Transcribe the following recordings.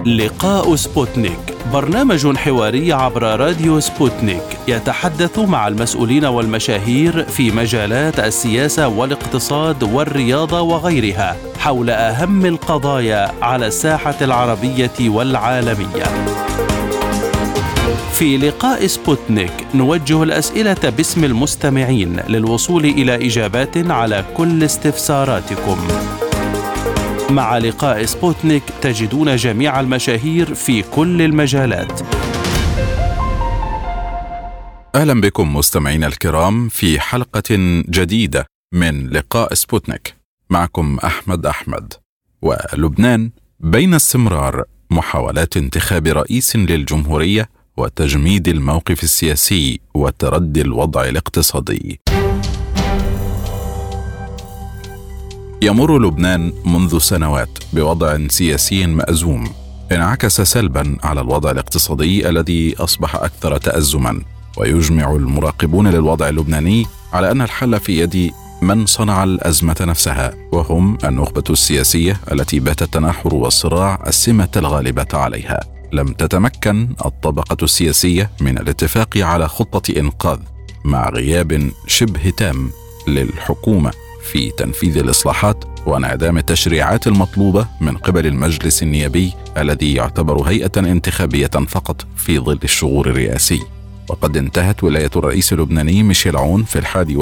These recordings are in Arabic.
لقاء سبوتنيك، برنامج حواري عبر راديو سبوتنيك يتحدث مع المسؤولين والمشاهير في مجالات السياسة والاقتصاد والرياضة وغيرها حول أهم القضايا على الساحة العربية والعالمية. في لقاء سبوتنيك نوجه الأسئلة باسم المستمعين للوصول إلى إجابات على كل استفساراتكم. مع لقاء سبوتنيك تجدون جميع المشاهير في كل المجالات. أهلا بكم مستمعينا الكرام في حلقة جديدة من لقاء سبوتنيك. معكم أحمد. ولبنان بين استمرار محاولات انتخاب رئيس للجمهورية وتجميد الموقف السياسي وتردي الوضع الاقتصادي. يمر لبنان منذ سنوات بوضع سياسي مأزوم انعكس سلبا على الوضع الاقتصادي الذي أصبح أكثر تأزما، ويجمع المراقبون للوضع اللبناني على أن الحل في يد من صنع الأزمة نفسها، وهم النخبة السياسية التي بات التناحر والصراع السمة الغالبة عليها. لم تتمكن الطبقة السياسية من الاتفاق على خطة إنقاذ، مع غياب شبه تام للحكومة في تنفيذ الإصلاحات وانعدام التشريعات المطلوبة من قبل المجلس النيابي الذي يعتبر هيئة انتخابية فقط في ظل الشغور الرئاسي. وقد انتهت ولاية الرئيس اللبناني ميشيل عون في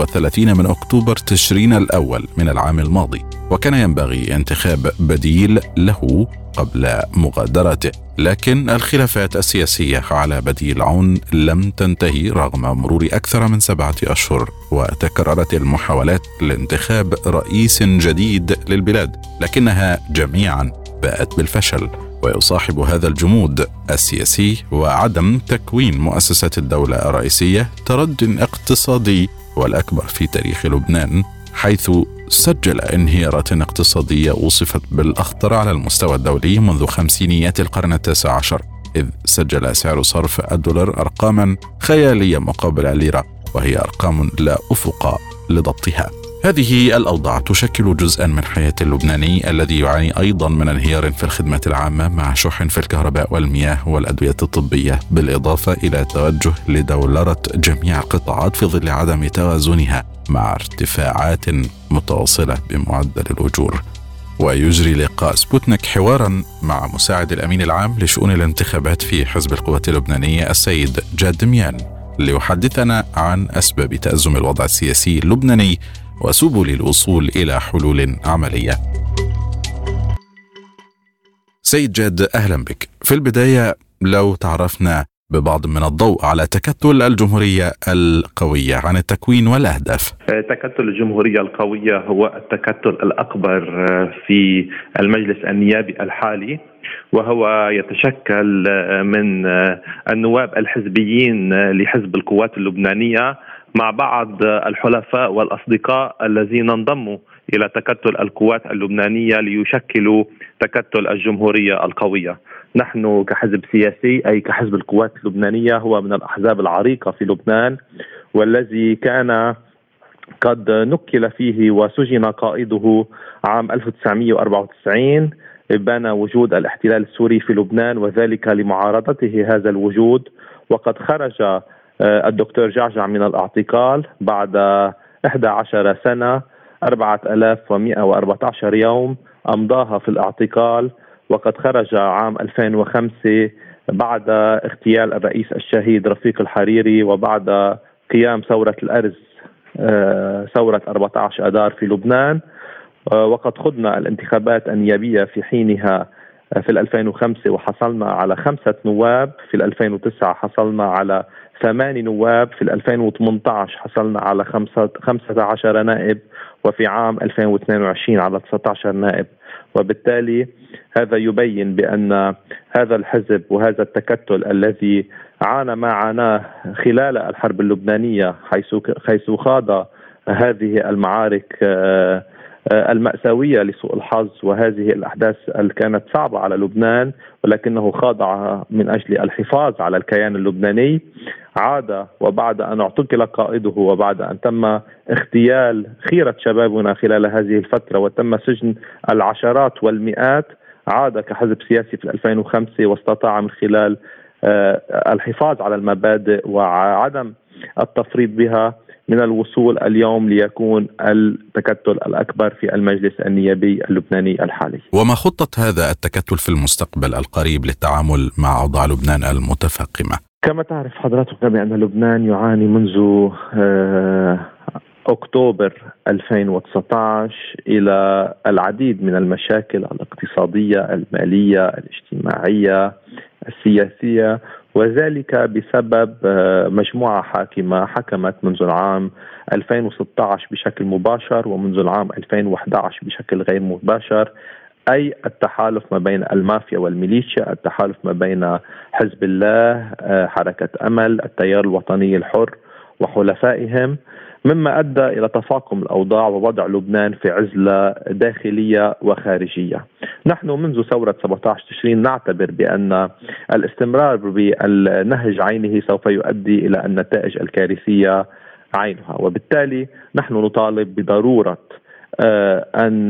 31 من أكتوبر تشرين الأول من العام الماضي، وكان ينبغي انتخاب بديل له قبل مغادرته، لكن الخلافات السياسية على بديل عون لم تنتهي رغم مرور أكثر من 7 أشهر، وتكررت المحاولات لانتخاب رئيس جديد للبلاد، لكنها جميعا باءت بالفشل. ويصاحب هذا الجمود السياسي وعدم تكوين مؤسسة الدولة الرئيسية تردي اقتصادي والأكبر في تاريخ لبنان، حيث سجل انهيارات اقتصادية وصفت بالأخطر على المستوى الدولي منذ خمسينيات القرن ال19، إذ سجل سعر صرف الدولار أرقاما خيالية مقابل الليرة، وهي أرقام لا أفق لضبطها. هذه الأوضاع تشكل جزءا من حياة اللبناني الذي يعاني أيضا من انهيار في الخدمات العامة، مع شح في الكهرباء والمياه والأدوية الطبية، بالإضافة إلى توجه لدولرة جميع القطاعات في ظل عدم توازنها مع ارتفاعات متواصلة بمعدل الأجور. ويجري لقاء سبوتنيك حوارا مع مساعد الأمين العام لشؤون الانتخابات في حزب القوات اللبنانية السيد جاد دميان ليحدثنا عن أسباب تأزم الوضع السياسي اللبناني وسبل الوصول إلى حلول عملية. سيد جاد، أهلا بك. في البداية لو تعرفنا ببعض من الضوء على تكتل الجمهورية القوية عن التكوين والأهداف. تكتل الجمهورية القوية هو التكتل الأكبر في المجلس النيابي الحالي، وهو يتشكل من النواب الحزبيين لحزب القوات اللبنانية مع بعض الحلفاء والأصدقاء الذين انضموا إلى تكتل القوات اللبنانية ليشكلوا تكتل الجمهورية القوية. نحن كحزب سياسي أي كحزب القوات اللبنانية هو من الأحزاب العريقة في لبنان، والذي كان قد نكل فيه وسجن قائده عام 1994 بان وجود الاحتلال السوري في لبنان، وذلك لمعارضته هذا الوجود. وقد خرج الدكتور جعجع من الاعتقال بعد 11 سنة 4114 يوم أمضاها في الاعتقال، وقد خرج عام 2005 بعد اغتيال الرئيس الشهيد رفيق الحريري وبعد قيام ثورة الأرز، ثورة 14 أذار في لبنان. وقد خضنا الانتخابات النيابية في حينها في 2005 وحصلنا على 5 نواب، في 2009 حصلنا على 8 نواب، في 2018 حصلنا على 15 نائب، وفي عام 2022 على 19 نائب. وبالتالي هذا يبين بأن هذا الحزب وهذا التكتل الذي عانى ما عاناه خلال الحرب اللبنانية، حيث خاض هذه المعارك المأساوية لسوء الحظ وهذه الأحداث اللي كانت صعبة على لبنان، ولكنه خاضع من أجل الحفاظ على الكيان اللبناني، عاد وبعد أن اعتقل قائده وبعد أن تم اغتيال خيرة شبابنا خلال هذه الفترة وتم سجن العشرات والمئات، عاد كحزب سياسي في 2005 واستطاع من خلال الحفاظ على المبادئ وعدم التفريط بها من الوصول اليوم ليكون التكتل الأكبر في المجلس النيابي اللبناني الحالي. وما خطة هذا التكتل في المستقبل القريب للتعامل مع أوضاع لبنان المتفاقمة؟ كما تعرف حضرتك بأن لبنان يعاني منذ أكتوبر 2019 إلى العديد من المشاكل الاقتصادية، المالية، الاجتماعية، السياسية، وذلك بسبب مجموعة حاكمة حكمت منذ العام 2016 بشكل مباشر ومنذ العام 2011 بشكل غير مباشر، أي التحالف ما بين المافيا والميليشيا، التحالف ما بين حزب الله، حركة أمل، التيار الوطني الحر وحلفائهم، مما أدى إلى تفاقم الأوضاع ووضع لبنان في عزلة داخلية وخارجية. نحن منذ ثورة 17 تشرين نعتبر بأن الاستمرار بالنهج عينه سوف يؤدي إلى النتائج الكارثية عينها، وبالتالي نحن نطالب بضرورة أن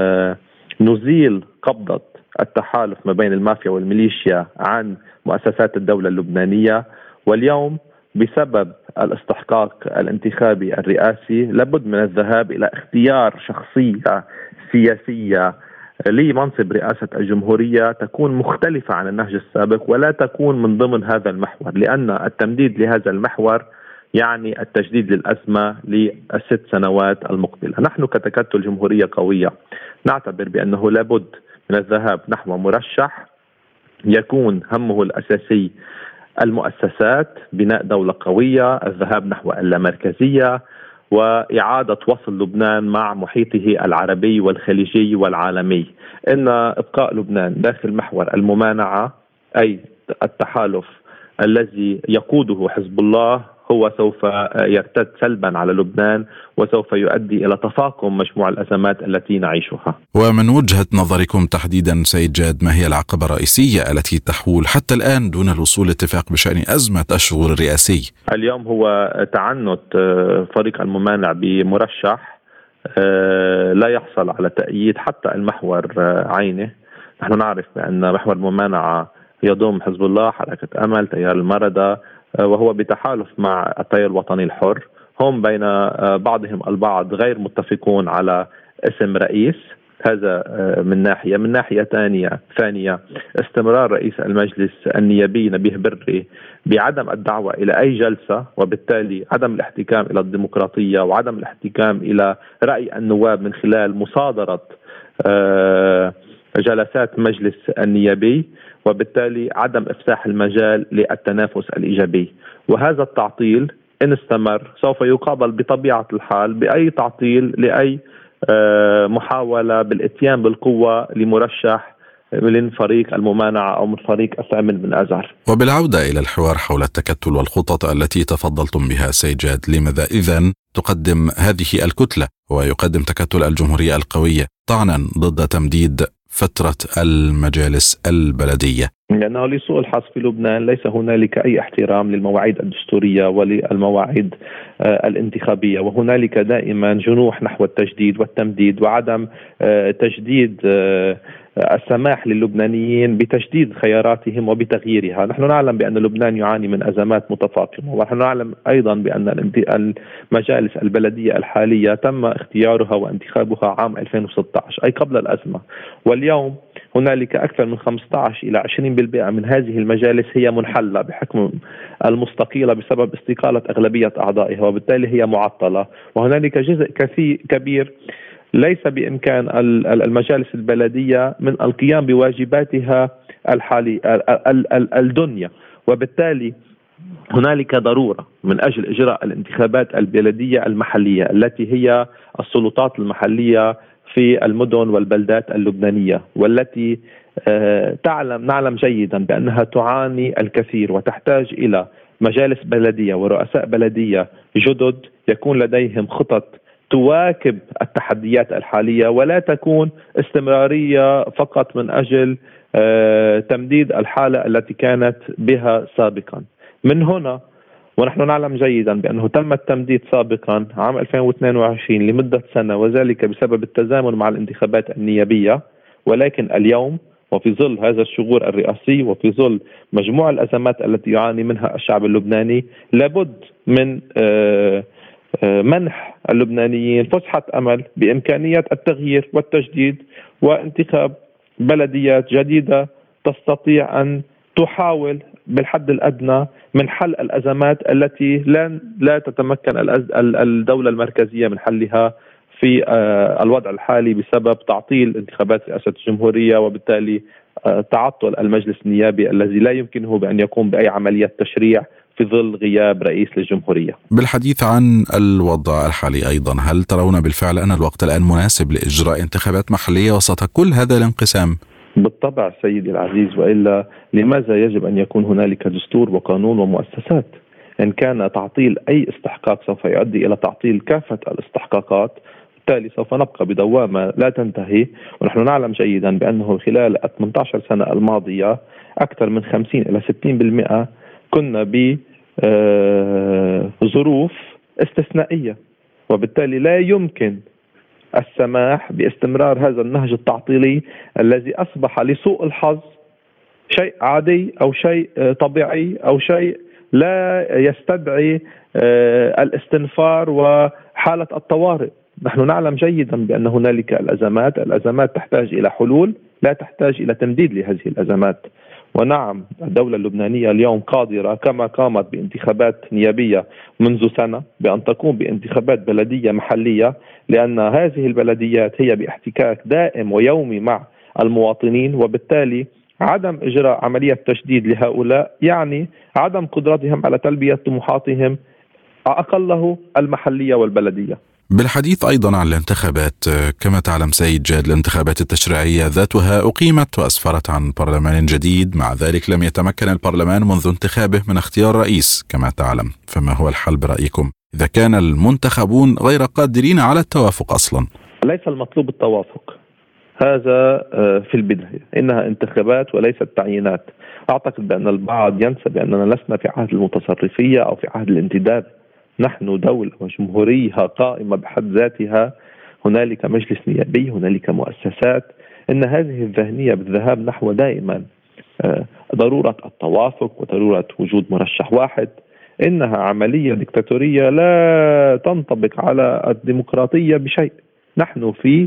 نزيل قبضة التحالف ما بين المافيا والميليشيا عن مؤسسات الدولة اللبنانية. واليوم بسبب الاستحقاق الانتخابي الرئاسي لابد من الذهاب إلى اختيار شخصية سياسية لمنصب رئاسة الجمهورية تكون مختلفة عن النهج السابق ولا تكون من ضمن هذا المحور، لأن التمديد لهذا المحور يعني التجديد للأزمة ل6 سنوات المقبلة. نحن كتكتل جمهورية قوية نعتبر بأنه لابد من الذهاب نحو مرشح يكون همه الأساسي المؤسسات، بناء دولة قوية، الذهاب نحو اللامركزية، وإعادة وصل لبنان مع محيطه العربي والخليجي والعالمي. إن إبقاء لبنان داخل محور الممانعة أي التحالف الذي يقوده حزب الله هو سوف يرتد سلبا على لبنان وسوف يؤدي إلى تفاقم مجموع الأزمات التي نعيشها. ومن وجهة نظركم تحديدا سيد جاد، ما هي العقبة الرئيسية التي تحول حتى الآن دون الوصول لاتفاق بشأن أزمة الشغل الرئاسي؟ اليوم هو تعنت فريق الممانع بمرشح لا يحصل على تأييد حتى المحور عينه. نحن نعرف بأن محور الممانعة يضم حزب الله، حركة أمل، تيار المردة، وهو بتحالف مع التيار الوطني الحر. هم بين بعضهم البعض غير متفقون على اسم رئيس، هذا من ناحية ثانية استمرار رئيس المجلس النيابي نبيه بري بعدم الدعوة إلى أي جلسة، وبالتالي عدم الاحتكام إلى الديمقراطية وعدم الاحتكام إلى رأي النواب من خلال مصادرة جلسات مجلس النيابي، وبالتالي عدم إفساح المجال للتنافس الإيجابي. وهذا التعطيل إن استمر سوف يقابل بطبيعة الحال بأي تعطيل لأي محاولة بالإتيان بالقوة لمرشح من فريق الممانعة أو من فريق الثامن من آذار. وبالعودة إلى الحوار حول التكتل والخطط التي تفضلتم بها سيد جاد، لماذا إذن تقدم هذه الكتلة ويقدم تكتل الجمهورية القوية طعنا ضد تمديد فترة المجالس البلدية؟ لأنه لسوء الحظ في لبنان ليس هنالك أي احترام للمواعيد الدستورية وللمواعيد الانتخابية، وهنالك دائما جنوح نحو التجديد والتمديد وعدم تجديد السماح للبنانيين بتجديد خياراتهم وبتغييرها. نحن نعلم بأن لبنان يعاني من أزمات متفاقمة، ونحن نعلم أيضا بأن المجالس البلدية الحالية تم اختيارها وانتخابها عام 2016 أي قبل الأزمة، واليوم هنالك أكثر من 15 إلى 20% من هذه المجالس هي منحلة بحكم المستقيلة بسبب استقالة أغلبية أعضائها، وبالتالي هي معطلة. وهنالك جزء كبير ليس بإمكان المجالس البلدية من القيام بواجباتها الحالية الدنيا، وبالتالي هنالك ضرورة من أجل إجراء الانتخابات البلدية المحلية التي هي السلطات المحلية في المدن والبلدات اللبنانية، والتي نعلم جيدا بأنها تعاني الكثير وتحتاج إلى مجالس بلدية ورؤساء بلدية جدد يكون لديهم خطط تواكب التحديات الحالية ولا تكون استمرارية فقط من أجل تمديد الحالة التي كانت بها سابقا. من هنا ونحن نعلم جيدا بأنه تم التمديد سابقا عام 2022 لمدة سنة، وذلك بسبب التزامن مع الانتخابات النيابية، ولكن اليوم وفي ظل هذا الشغور الرئاسي وفي ظل مجموع الأزمات التي يعاني منها الشعب اللبناني لابد من منح اللبنانيين فسحة أمل بإمكانية التغيير والتجديد وانتخاب بلديات جديدة تستطيع أن تحاول بالحد الأدنى من حل الأزمات التي لا تتمكن الدولة المركزية من حلها في الوضع الحالي بسبب تعطيل انتخابات رئاسة الجمهورية، وبالتالي تعطل المجلس النيابي الذي لا يمكنه بأن يقوم بأي عملية تشريع في ظل غياب رئيس للجمهورية. بالحديث عن الوضع الحالي أيضا، هل ترون بالفعل أن الوقت الآن مناسب لإجراء انتخابات محلية وسط كل هذا الانقسام؟ بالطبع سيدي العزيز، وإلا لماذا يجب أن يكون هنالك دستور وقانون ومؤسسات؟ إن كان تعطيل أي استحقاق سوف يؤدي إلى تعطيل كافة الاستحقاقات، بالتالي سوف نبقى بدوامة لا تنتهي. ونحن نعلم جيدا بأنه خلال 18 سنة الماضية أكثر من 50 إلى 60% كنا بظروف استثنائية، وبالتالي لا يمكن السماح باستمرار هذا النهج التعطيلي الذي أصبح لسوء الحظ شيء عادي أو شيء طبيعي أو شيء لا يستدعي الاستنفار وحالة الطوارئ. نحن نعلم جيدا بأن هنالك الأزمات تحتاج إلى حلول، لا تحتاج إلى تمديد لهذه الأزمات. ونعم الدولة اللبنانية اليوم قادرة كما قامت بانتخابات نيابية منذ سنة بأن تقوم بانتخابات بلدية محلية، لأن هذه البلديات هي باحتكاك دائم ويومي مع المواطنين، وبالتالي عدم إجراء عملية تشديد لهؤلاء يعني عدم قدرتهم على تلبية طموحاتهم أقله المحلية والبلدية. بالحديث أيضا عن الانتخابات، كما تعلم سيد جاد الانتخابات التشريعية ذاتها أقيمت وأسفرت عن برلمان جديد، مع ذلك لم يتمكن البرلمان منذ انتخابه من اختيار رئيس كما تعلم. فما هو الحل برأيكم إذا كان المنتخبون غير قادرين على التوافق أصلا؟ ليس المطلوب التوافق، هذا في البداية، إنها انتخابات وليست تعيينات. أعتقد بأن البعض ينسى بأننا لسنا في عهد المتصرفية أو في عهد الانتداب. نحن دولة وجمهورية قائمة بحد ذاتها، هنالك مجلس نيابي، هنالك مؤسسات. إن هذه الذهنية بالذهاب نحو دائما ضرورة التوافق وضرورة وجود مرشح واحد، إنها عملية ديكتاتورية لا تنطبق على الديمقراطية بشيء. نحن في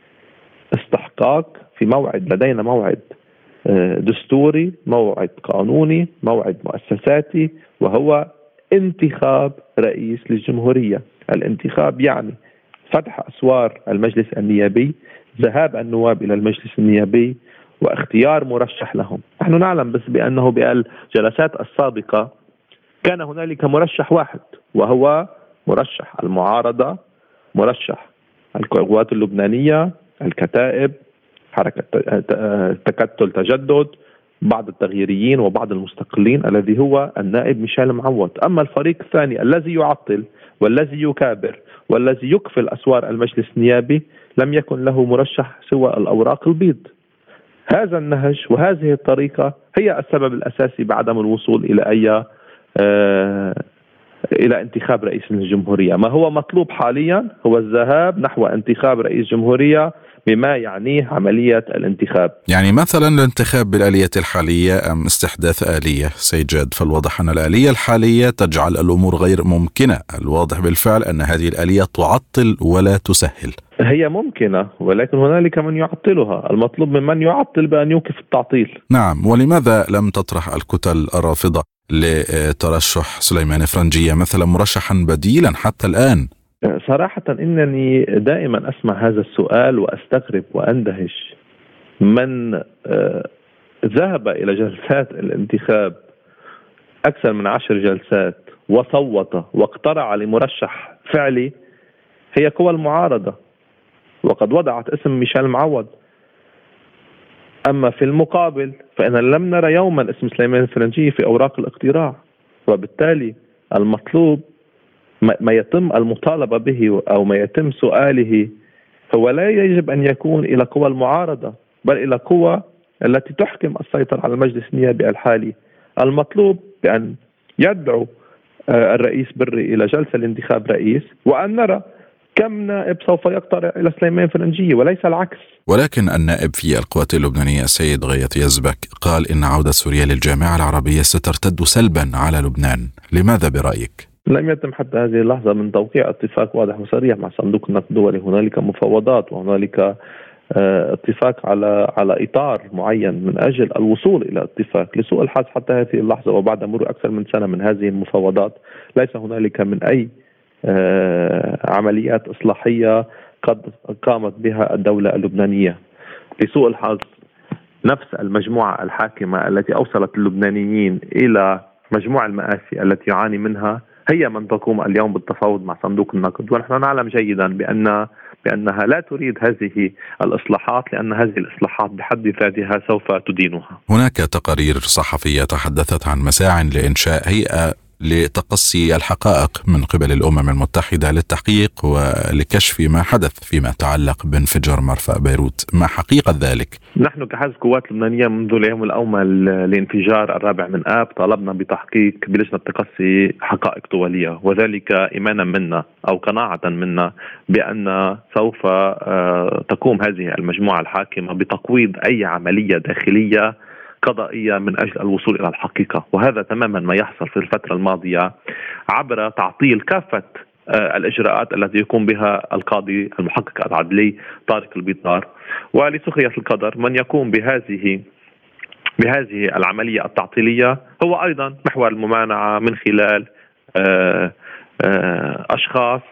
استحقاق، في موعد، لدينا موعد دستوري، موعد قانوني، موعد مؤسساتي، وهو انتخاب رئيس للجمهورية. الانتخاب يعني فتح أسوار المجلس النيابي، ذهاب النواب إلى المجلس النيابي واختيار مرشح لهم. نحن نعلم بس بأنه بالجلسات السابقة كان هنالك مرشح واحد، وهو مرشح المعارضة، مرشح القوات اللبنانية، الكتائب، حركة تكتل تجدد، بعض التغييريين وبعض المستقلين، الذي هو النائب ميشيل معوض. أما الفريق الثاني الذي يعطل والذي يكابر والذي يقفل أسوار المجلس النيابي لم يكن له مرشح سوى الأوراق البيض. هذا النهج وهذه الطريقة هي السبب الأساسي بعدم الوصول إلى انتخاب رئيس للجمهورية. ما هو مطلوب حاليا هو الذهاب نحو انتخاب رئيس جمهورية بما يعنيه عملية الانتخاب. يعني مثلا الانتخاب بالآلية الحالية أم استحداث آلية سيد جاد؟ فالواضح أن الآلية الحالية تجعل الأمور غير ممكنة. الواضح بالفعل أن هذه الآلية تعطل ولا تسهل. هي ممكنة ولكن هنالك من يعطلها. المطلوب من يعطل بأن يوقف التعطيل. نعم، ولماذا لم تطرح الكتل الرافضة لترشح سليمان فرنجية مثلا مرشحا بديلا حتى الآن؟ صراحة إنني دائما أسمع هذا السؤال وأستغرب وأندهش. من ذهب إلى جلسات الانتخاب أكثر من 10 جلسات وصوت واقترع لمرشح فعلي هي قوى المعارضة، وقد وضعت اسم ميشيل معوض. أما في المقابل فإن لم نرى يوما اسم سليمان فرنجي في أوراق الاقتراع، وبالتالي المطلوب ما يتم المطالبة به أو ما يتم سؤاله هو لا يجب أن يكون إلى قوى المعارضة بل إلى قوى التي تحكم السيطرة على المجلس النيابي الحالي. المطلوب بأن يدعو الرئيس بري إلى جلسة لانتخاب رئيس، وأن نرى كم نائب سوف يقترع إلى سليمان فرنجية وليس العكس. ولكن النائب في القوات اللبنانية السيد غيث يزبك قال إن عودة سوريا للجامعة العربية سترتد سلبا على لبنان. لماذا برأيك؟ لم يتم حتى هذه اللحظة من توقيع اتفاق واضح وصريح مع صندوق النقد الدولي. هنالك مفاوضات وهنالك اتفاق على إطار معين من أجل الوصول إلى اتفاق. لسوء الحظ حتى هذه اللحظة وبعد مرور أكثر من سنة من هذه المفاوضات ليس هنالك من أي عمليات إصلاحية قد قامت بها الدولة اللبنانية. لسوء الحظ نفس المجموعة الحاكمة التي أوصلت اللبنانيين إلى مجموع المآسي التي يعاني منها هي من تقوم اليوم بالتفاوض مع صندوق النقد. ونحن نعلم جيدا بأنها لا تريد هذه الإصلاحات، لأن هذه الإصلاحات بحد ذاتها سوف تدينها. هناك تقارير صحفية تحدثت عن مساع لإنشاء هيئة لتقصي الحقائق من قبل الأمم المتحدة للتحقيق ولكشف ما حدث فيما يتعلق بانفجار مرفأ بيروت. ما حقيقة ذلك؟ نحن كحزب قوات لبنانية منذ اليوم الأول لانفجار 4 آب طالبنا بتحقيق بلجنة تقصي حقائق دولية، وذلك إيمانا منا أو قناعة منا بأن سوف تقوم هذه المجموعة الحاكمة بتقويض أي عملية داخلية قضائية من أجل الوصول إلى الحقيقة. وهذا تماما ما يحصل في الفترة الماضية عبر تعطيل كافة الإجراءات التي يقوم بها القاضي المحقق العدلي طارق البيطار. ولسخرية القدر من يقوم بهذه العملية التعطيلية هو أيضا محور الممانعة من خلال أشخاص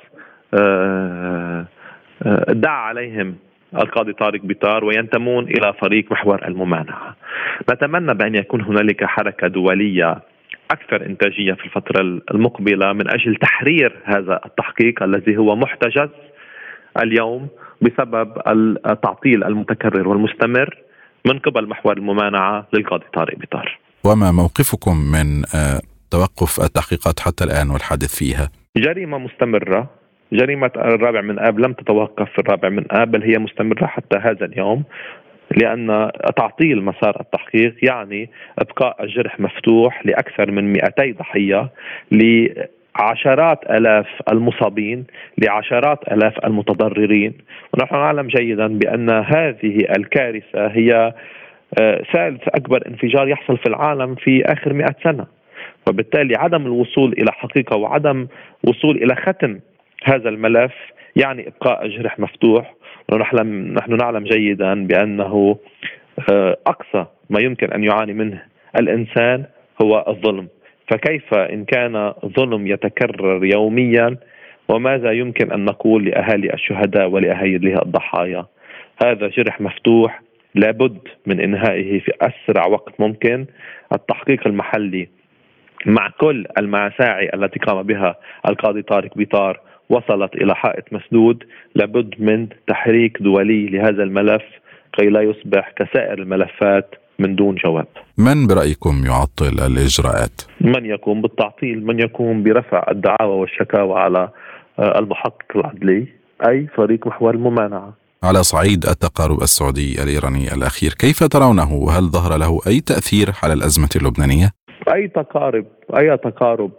ادعى عليهم القاضي طارق بيطار وينتمون إلى فريق محور الممانعة. نتمنى بأن يكون هنالك حركة دولية أكثر إنتاجية في الفترة المقبلة من أجل تحرير هذا التحقيق الذي هو محتجز اليوم بسبب التعطيل المتكرر والمستمر من قبل محور الممانعة للقاضي طارق بيطار. وما موقفكم من توقف التحقيقات حتى الآن والحادث فيها؟ جريمة مستمرة. جريمة 4 آب لم تتوقف في 4 آب بل هي مستمرة حتى هذا اليوم، لأن تعطيل مسار التحقيق يعني إبقاء الجرح مفتوح لأكثر من 200 ضحية، لعشرات آلاف المصابين، لعشرات آلاف المتضررين. ونحن نعلم جيدا بأن هذه الكارثة هي ثالث أكبر انفجار يحصل في العالم في آخر 100 سنة، وبالتالي عدم الوصول إلى حقيقة وعدم وصول إلى ختم هذا الملف يعني إبقاء الجرح مفتوح. ونحن نعلم جيدا بأنه أقصى ما يمكن أن يعاني منه الإنسان هو الظلم، فكيف إن كان ظلم يتكرر يوميا وماذا يمكن أن نقول لأهالي الشهداء ولأهالي الضحايا؟ هذا جرح مفتوح لابد من إنهائه في أسرع وقت ممكن. التحقيق المحلي مع كل المساعي التي قام بها القاضي طارق بيطار وصلت إلى حائط مسدود. لابد من تحريك دولي لهذا الملف كي لا يصبح كسائر الملفات من دون جواب. من برأيكم يعطل الإجراءات؟ من يقوم بالتعطيل، من يقوم برفع الدعاوى والشكاوى على المحقق العدلي أي فريق محور الممانعة. على صعيد التقارب السعودي الإيراني الأخير كيف ترونه؟ وهل ظهر له أي تأثير على الأزمة اللبنانية؟ أي تقارب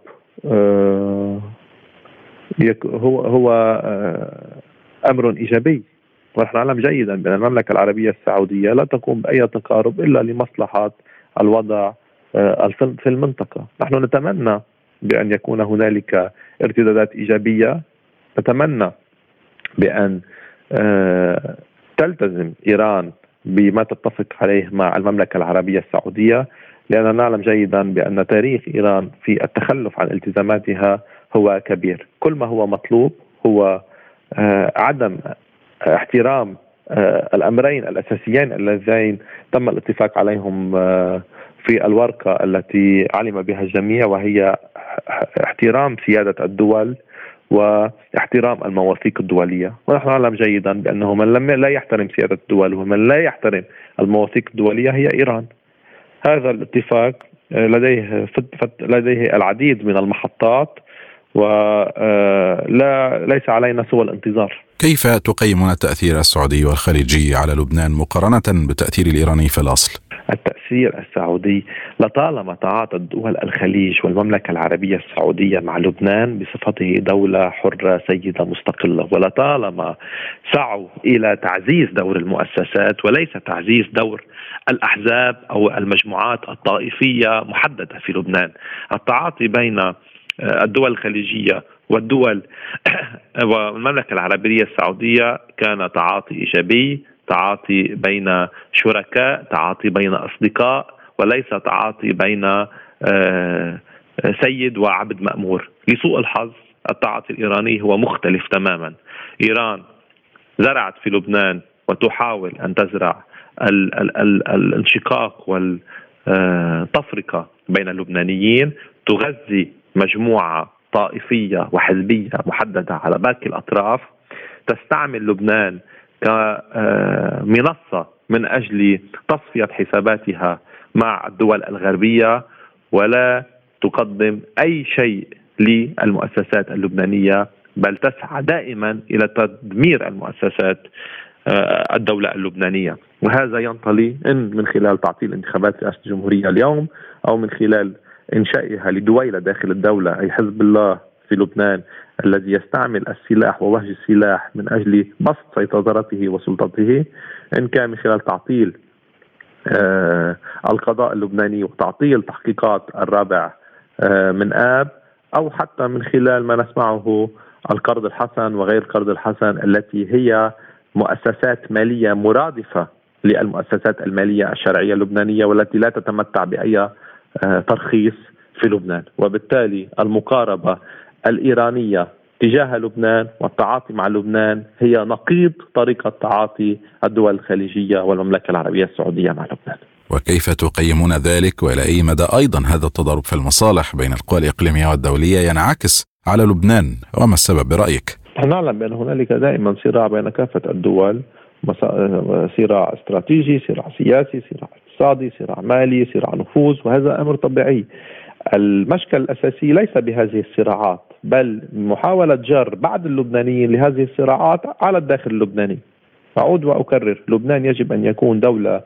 هو أمر إيجابي. ونحن نعلم جيدا بأن المملكة العربية السعودية لا تقوم بأي تقارب إلا لمصلحة الوضع في المنطقة. نحن نتمنى بأن يكون هنالك ارتدادات إيجابية. نتمنى بأن تلتزم إيران بما تتفق عليه مع المملكة العربية السعودية، لأننا نعلم جيدا بأن تاريخ إيران في التخلف عن التزاماتها هو كبير. كل ما هو مطلوب هو عدم احترام الأمرين الأساسيين اللذين تم الاتفاق عليهم في الورقة التي علم بها الجميع، وهي احترام سيادة الدول واحترام المواثيق الدولية. ونحن نعلم جيدا بأنه من لا يحترم سيادة الدول ومن لا يحترم المواثيق الدولية هي إيران. هذا الاتفاق لديه العديد من المحطات وليس علينا سوى الانتظار. كيف تقيمون التأثير السعودي والخليجي على لبنان مقارنة بالتأثير الإيراني في الأصل؟ التأثير السعودي، لطالما تعاطت دول الخليج والمملكة العربية السعودية مع لبنان بصفته دولة حرة سيدة مستقلة، ولطالما سعوا إلى تعزيز دور المؤسسات وليس تعزيز دور الأحزاب أو المجموعات الطائفية محددة في لبنان. التعاطي بين الدول الخليجية والدول والمملكة العربية السعودية كان تعاطي إيجابي، تعاطي بين شركاء، تعاطي بين أصدقاء، وليس تعاطي بين سيد وعبد مأمور. لسوء الحظ التعاطي الإيراني هو مختلف تماما. إيران زرعت في لبنان وتحاول أن تزرع الانشقاق والتفرقة بين اللبنانيين، تغذي مجموعة طائفية وحزبية محددة على باقي الأطراف، تستعمل لبنان كمنصة من أجل تصفية حساباتها مع الدول الغربية، ولا تقدم أي شيء للمؤسسات اللبنانية، بل تسعى دائما إلى تدمير المؤسسات الدولة اللبنانية. وهذا ينطلي إن من خلال تعطيل انتخابات رئاسة الجمهورية اليوم، أو من خلال إنشائها لدويلة داخل الدولة، أي حزب الله في لبنان الذي يستعمل السلاح ووهج السلاح من أجل بسط سيطرته وسلطته، إن كان من خلال تعطيل القضاء اللبناني وتعطيل تحقيقات الرابع من آب، أو حتى من خلال ما نسمعه القرض الحسن وغير القرض الحسن، التي هي مؤسسات مالية مرادفة للمؤسسات المالية الشرعية اللبنانية، والتي لا تتمتع بأي ترخيص في لبنان. وبالتالي المقاربة الإيرانية تجاه لبنان والتعاطي مع لبنان هي نقيض طريقة تعاطي الدول الخليجية والمملكة العربية السعودية مع لبنان. وكيف تقيمون ذلك، وإلى أي مدى أيضا هذا التضارب في المصالح بين القوى الإقليمية والدولية ينعكس على لبنان، وما السبب برأيك؟ نعلم بأن هنالك دائما صراع بين كافة الدول، صراع استراتيجي، صراع سياسي، صراع اقتصادي، صراع مالي، صراع نفوذ، وهذا أمر طبيعي. المشكل الأساسي ليس بهذه الصراعات، بل محاولة جر بعض اللبنانيين لهذه الصراعات على الداخل اللبناني. أعود وأكرر، لبنان يجب أن يكون دولة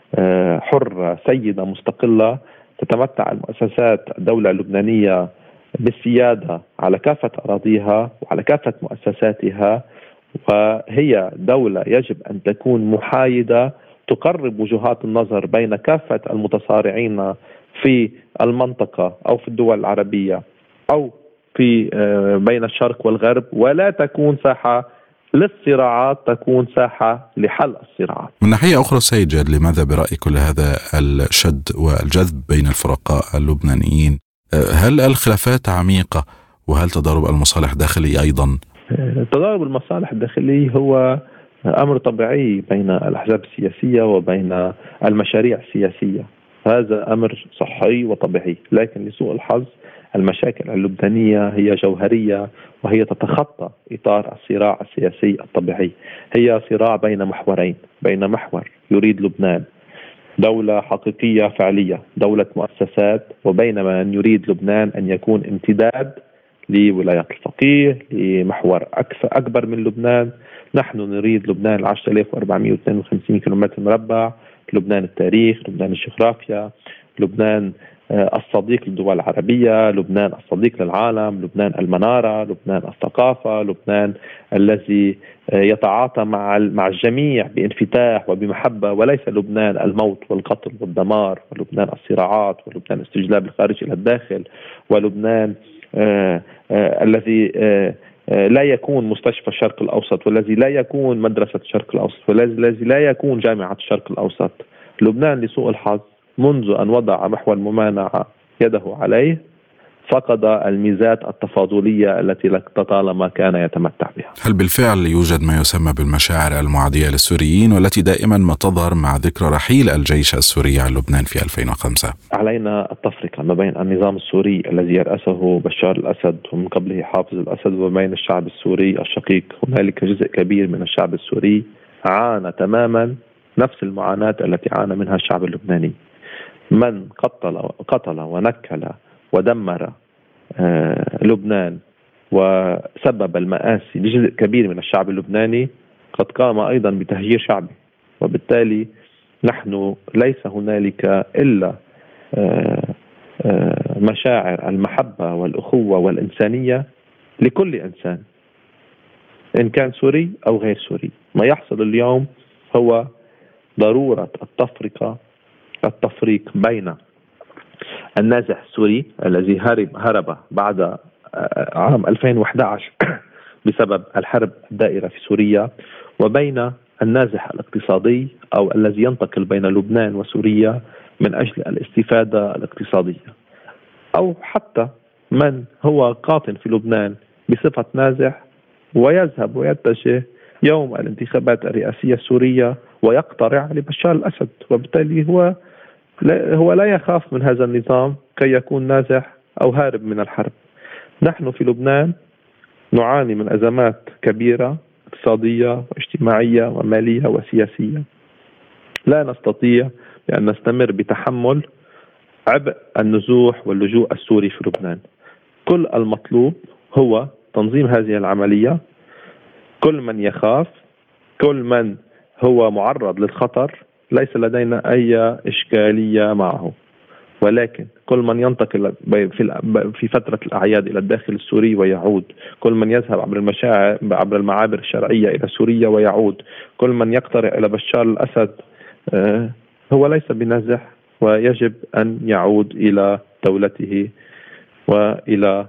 حرة سيدة مستقلة، تتمتع المؤسسات الدولة اللبنانية بالسيادة على كافة أراضيها وعلى كافة مؤسساتها، وهي دولة يجب أن تكون محايدة، تقرب وجهات النظر بين كافة المتصارعين في المنطقة أو في الدول العربية أو في بين الشرق والغرب، ولا تكون ساحة للصراعات، تكون ساحة لحل الصراعات. من ناحية أخرى سيد جاد، لماذا برأيك كل هذا الشد والجذب بين الفرقاء اللبنانيين؟ هل الخلافات عميقة، وهل تضارب المصالح الداخلي أيضا؟ تضارب المصالح الداخلي هو أمر طبيعي بين الأحزاب السياسية وبين المشاريع السياسية، هذا أمر صحي وطبيعي. لكن لسوء الحظ المشاكل اللبنانية هي جوهرية، وهي تتخطى إطار الصراع السياسي الطبيعي. هي صراع بين محورين، بين محور يريد لبنان دولة حقيقية فعلية، دولة مؤسسات، وبين من يريد لبنان أن يكون امتداد لولاية الفقيه، لمحور أكبر من لبنان. نحن نريد لبنان 10452 كيلومتر مربع، لبنان التاريخ، لبنان الجغرافيا، لبنان الصديق للدول العربية، لبنان الصديق للعالم، لبنان المنارة، لبنان الثقافة، لبنان الذي يتعاطى مع الجميع بانفتاح وبمحبة، وليس لبنان الموت والقتل والدمار، ولبنان الصراعات، ولبنان استجلاب الخارج إلى الداخل، ولبنان الذي لا يكون مستشفى الشرق الأوسط، والذي لا يكون مدرسة الشرق الأوسط، والذي لا يكون جامعة الشرق الأوسط. لبنان لسوء الحظ منذ أن وضع محور الممانعة يده عليه فقد الميزات التفاضلية التي لطالما كان يتمتع بها. هل بالفعل يوجد ما يسمى بالمشاعر المعادية للسوريين، والتي دائما ما تظهر مع ذكرى رحيل الجيش السوري عن لبنان في 2005؟ علينا التفرقة ما بين النظام السوري الذي يرأسه بشار الأسد ومن قبله حافظ الأسد، وبين الشعب السوري الشقيق. هنالك جزء كبير من الشعب السوري عانى تماما نفس المعاناة التي عانى منها الشعب اللبناني. من قتل ونكل ودمر لبنان وسبب المآسي لجزء كبير من الشعب اللبناني قد قام أيضا بتهجير شعبي، وبالتالي نحن ليس هنالك إلا مشاعر المحبة والأخوة والإنسانية لكل إنسان إن كان سوري أو غير سوري. ما يحصل اليوم هو ضرورة التفريق بين النازح السوري الذي هرب بعد عام 2011 بسبب الحرب الدائرة في سوريا، وبين النازح الاقتصادي أو الذي ينتقل بين لبنان وسوريا من أجل الاستفادة الاقتصادية، أو حتى من هو قاطن في لبنان بصفة نازح ويذهب ويتجه يوم الانتخابات الرئاسية السورية ويقترع لبشار الأسد، وبالتالي هو لا يخاف من هذا النظام كي يكون نازح أو هارب من الحرب. نحن في لبنان نعاني من أزمات كبيرة اقتصادية واجتماعية ومالية وسياسية، لا نستطيع أن نستمر بتحمل عبء النزوح واللجوء السوري في لبنان. كل المطلوب هو تنظيم هذه العملية. كل من يخاف، كل من هو معرض للخطر، ليس لدينا أي إشكالية معه، ولكن كل من ينتقل في فترة الأعياد إلى الداخل السوري ويعود، كل من يذهب عبر المعابر الشرعية إلى سوريا ويعود، كل من يقترع إلى بشار الأسد هو ليس بنازح، ويجب أن يعود إلى دولته وإلى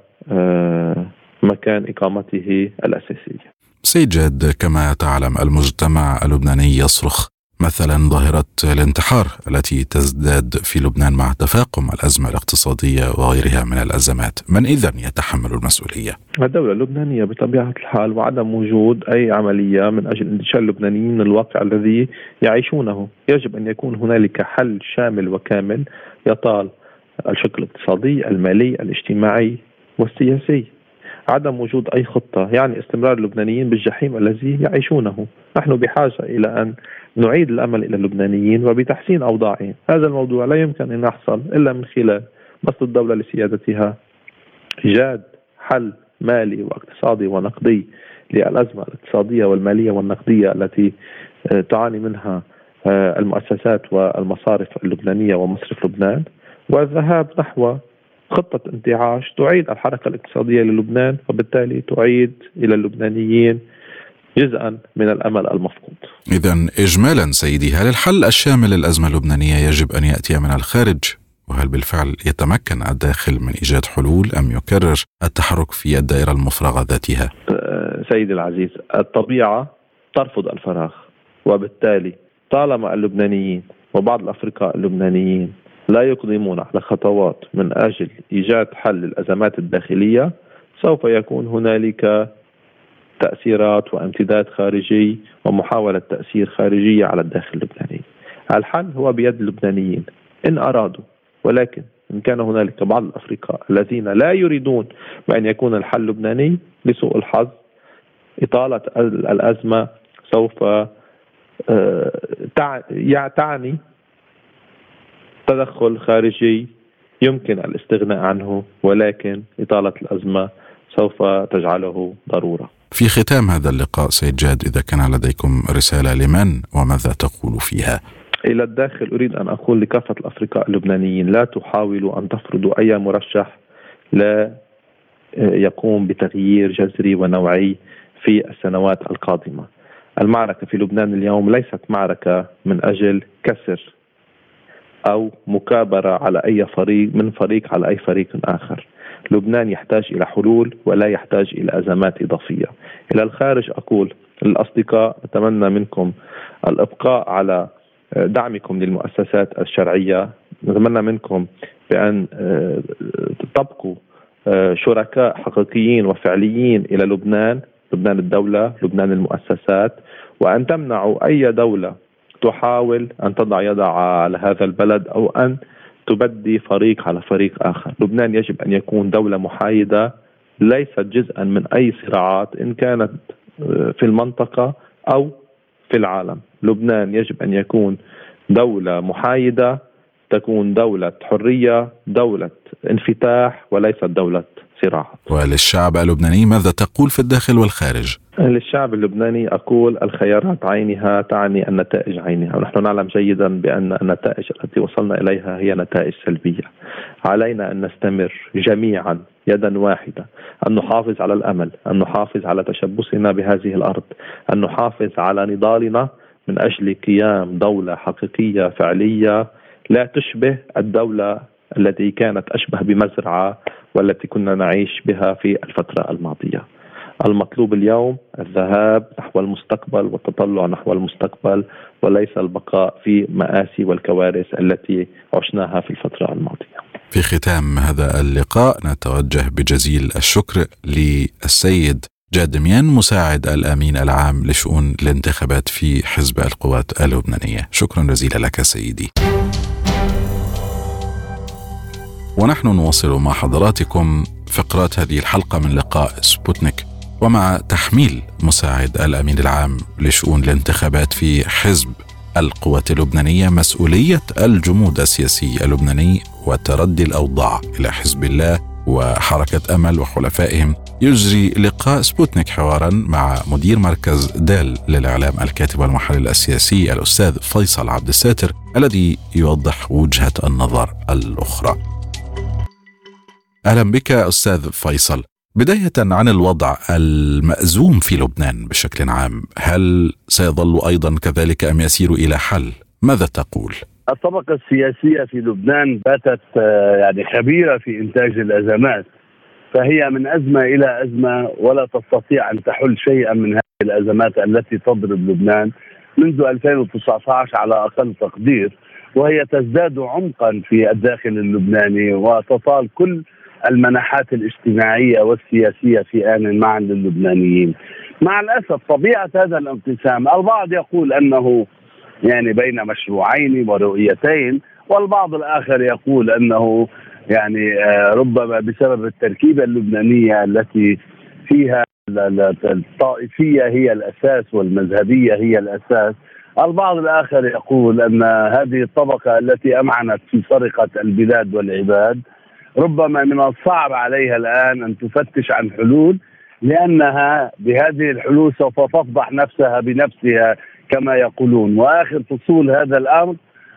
مكان إقامته الأساسية. سيد جاد، كما تعلم المجتمع اللبناني يصرخ مثلا ظاهرة الانتحار التي تزداد في لبنان مع تفاقم الأزمة الاقتصادية وغيرها من الأزمات. من إذن يتحمل المسؤولية؟ الدولة اللبنانية بطبيعة الحال، وعدم وجود أي عملية من أجل انتشال اللبنانيين من الواقع الذي يعيشونه. يجب أن يكون هنالك حل شامل وكامل يطال الشق الاقتصادي، المالي، الاجتماعي والسياسي. عدم وجود أي خطة يعني استمرار اللبنانيين بالجحيم الذي يعيشونه. نحن بحاجة إلى أن نعيد الأمل إلى اللبنانيين وبتحسين أوضاعهم. هذا الموضوع لا يمكن أن يحصل إلا من خلال بسط الدولة لسيادتها، إيجاد حل مالي واقتصادي ونقدي للأزمة الاقتصادية والمالية والنقدية التي تعاني منها المؤسسات والمصارف اللبنانية ومصرف لبنان، والذهاب نحو خطة انتعاش تعيد الحركة الاقتصادية للبنان، وبالتالي تعيد إلى اللبنانيين جزءا من الأمل المفقود. إذن إجمالا سيدي، هل الحل الشامل للأزمة اللبنانية يجب أن يأتي من الخارج؟ وهل بالفعل يتمكن الداخل من إيجاد حلول أم يكرر التحرك في الدائرة المفرغة ذاتها؟ سيدي العزيز، الطبيعة ترفض الفراغ، وبالتالي طالما اللبنانيين وبعض الأفرقاء اللبنانيين لا يقدمون على خطوات من أجل إيجاد حل للأزمات الداخلية، سوف يكون هنالك تأثيرات وامتداد خارجي ومحاولة تأثير خارجية على الداخل اللبناني. الحل هو بيد اللبنانيين إن أرادوا، ولكن إن كان هنالك بعض الأفرقاء الذين لا يريدون بأن يكون الحل لبناني، لسوء الحظ إطالة الأزمة سوف تعني تدخل خارجي يمكن الاستغناء عنه، ولكن إطالة الأزمة سوف تجعله ضرورة. في ختام هذا اللقاء سيد جاد، إذا كان لديكم رسالة لمن وماذا تقول فيها؟ إلى الداخل أريد أن أقول لكافة الأفرقاء اللبنانيين: لا تحاولوا أن تفرضوا أي مرشح لا يقوم بتغيير جذري ونوعي في السنوات القادمة. المعركة في لبنان اليوم ليست معركة من أجل كسر أو مكابرة على أي فريق على أي فريق آخر. لبنان يحتاج إلى حلول ولا يحتاج إلى أزمات إضافية. إلى الخارج أقول للأصدقاء: أتمنى منكم الإبقاء على دعمكم للمؤسسات الشرعية. نتمنى منكم بأن تبقوا شركاء حقيقيين وفعليين إلى لبنان الدولة، لبنان المؤسسات، وأن تمنعوا أي دولة تحاول أن تضع يدها على هذا البلد أو أن تبدي فريق على فريق آخر. لبنان يجب أن يكون دولة محايدة، ليست جزءا من أي صراعات إن كانت في المنطقة أو في العالم. لبنان يجب أن يكون دولة محايدة، تكون دولة حرية، دولة انفتاح، وليست دولة صراع. وللشعب اللبناني ماذا تقول في الداخل والخارج؟ للشعب اللبناني أقول الخيارات عينها تعني النتائج عينها، ونحن نعلم جيدا بأن النتائج التي وصلنا إليها هي نتائج سلبية. علينا أن نستمر جميعا يدا واحدة، أن نحافظ على الأمل، أن نحافظ على تشبثنا بهذه الأرض، أن نحافظ على نضالنا من أجل قيام دولة حقيقية فعلية لا تشبه الدولة التي كانت أشبه بمزرعة والتي كنا نعيش بها في الفترة الماضية. المطلوب اليوم الذهاب نحو المستقبل والتطلع نحو المستقبل، وليس البقاء في مآسي والكوارث التي عشناها في الفترة الماضية. في ختام هذا اللقاء نتوجه بجزيل الشكر للسيد جاد دميان مساعد الأمين العام لشؤون الانتخابات في حزب القوات اللبنانية. شكرا جزيلا لك سيدي. ونحن نواصل مع حضراتكم فقرات هذه الحلقة من لقاء سبوتنيك، ومع تحميل مساعد الأمين العام لشؤون الانتخابات في حزب القوات اللبنانية مسؤولية الجمود السياسي اللبناني وتردي الأوضاع إلى حزب الله وحركة أمل وحلفائهم، يجري لقاء سبوتنيك حوارا مع مدير مركز دال للإعلام الكاتب والمحلل السياسي الأستاذ فيصل عبد الساتر، الذي يوضح وجهة النظر الأخرى. أهلا بك أستاذ فيصل. بداية عن الوضع المأزوم في لبنان بشكل عام، هل سيظل أيضا كذلك أم يسير إلى حل؟ ماذا تقول؟ الطبقة السياسية في لبنان باتت يعني خبيرة في إنتاج الأزمات، فهي من أزمة إلى أزمة ولا تستطيع أن تحل شيئا من هذه الأزمات التي تضرب لبنان منذ 2019 على أقل تقدير، وهي تزداد عمقا في الداخل اللبناني وتطال كل المناحات الاجتماعية والسياسية في آن معا للبنانيين. مع الأسف طبيعة هذا الانقسام، البعض يقول أنه يعني بين مشروعين ورؤيتين، والبعض الآخر يقول أنه يعني ربما بسبب التركيبة اللبنانية التي فيها الطائفية هي الأساس والمذهبية هي الأساس. البعض الآخر يقول أن هذه الطبقة التي أمعنت في سرقة البلاد والعباد ربما من الصعب عليها الآن أن تفتش عن حلول، لأنها بهذه الحلول سوف تفضح نفسها بنفسها كما يقولون. وآخر فصول هذا الأمر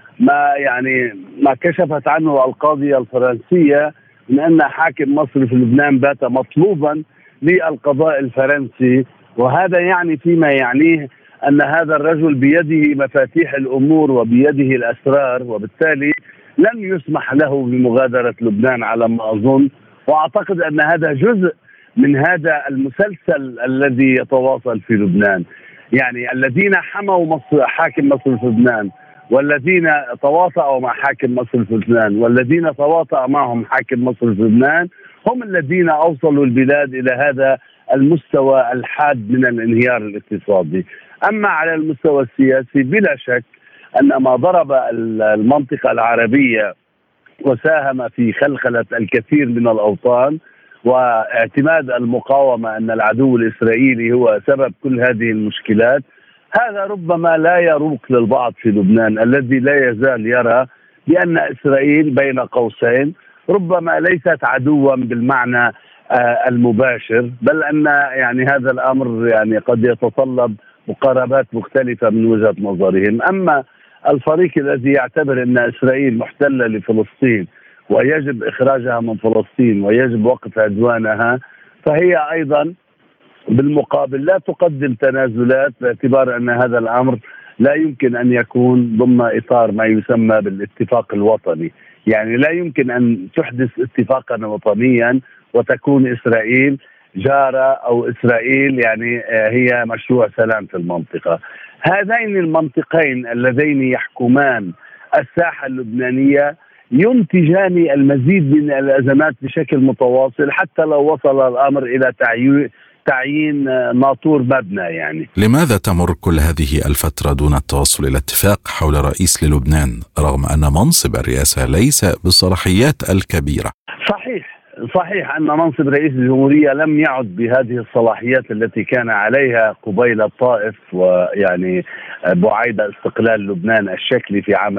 ما كشفت عنه القاضية الفرنسية من أن حاكم مصري في لبنان بات مطلوبا للقضاء الفرنسي، وهذا يعني فيما يعنيه أن هذا الرجل بيده مفاتيح الأمور وبيده الأسرار، وبالتالي لن يسمح له بمغادرة لبنان على ما أظن. وأعتقد أن هذا جزء من هذا المسلسل الذي يتواصل في لبنان، يعني الذين حموا مصر حاكم مصر في لبنان، والذين تواطؤوا مع حاكم مصر في لبنان، والذين تواطأ معهم حاكم مصر في لبنان هم الذين أوصلوا البلاد إلى هذا المستوى الحاد من الانهيار الاقتصادي. أما على المستوى السياسي بلا شك أن ما ضرب المنطقة العربية وساهم في خلخلة الكثير من الأوطان واعتماد المقاومة أن العدو الإسرائيلي هو سبب كل هذه المشكلات، هذا ربما لا يروق للبعض في لبنان الذي لا يزال يرى بأن إسرائيل بين قوسين ربما ليست عدوا بالمعنى المباشر، بل أن يعني هذا الأمر يعني قد يتطلب مقاربات مختلفة من وجهة نظرهم. أما الفريق الذي يعتبر أن إسرائيل محتلة لفلسطين ويجب إخراجها من فلسطين ويجب وقف عدوانها، فهي أيضا بالمقابل لا تقدم تنازلات، باعتبار أن هذا الأمر لا يمكن أن يكون ضمن إطار ما يسمى بالاتفاق الوطني. يعني لا يمكن أن تحدث اتفاقا وطنيا وتكون إسرائيل جارة أو إسرائيل يعني هي مشروع سلام في المنطقة. هذين المنطقين اللذين يحكمان الساحة اللبنانية ينتجان المزيد من الأزمات بشكل متواصل، حتى لو وصل الأمر إلى تعيين ناطور مبنى. يعني لماذا تمر كل هذه الفترة دون التوصل إلى اتفاق حول رئيس للبنان رغم أن منصب الرئاسة ليس بالصلاحيات الكبيرة؟ صحيح أن منصب رئيس الجمهورية لم يعد بهذه الصلاحيات التي كان عليها قبيل الطائف ويعني بعيد استقلال لبنان الشكلي في عام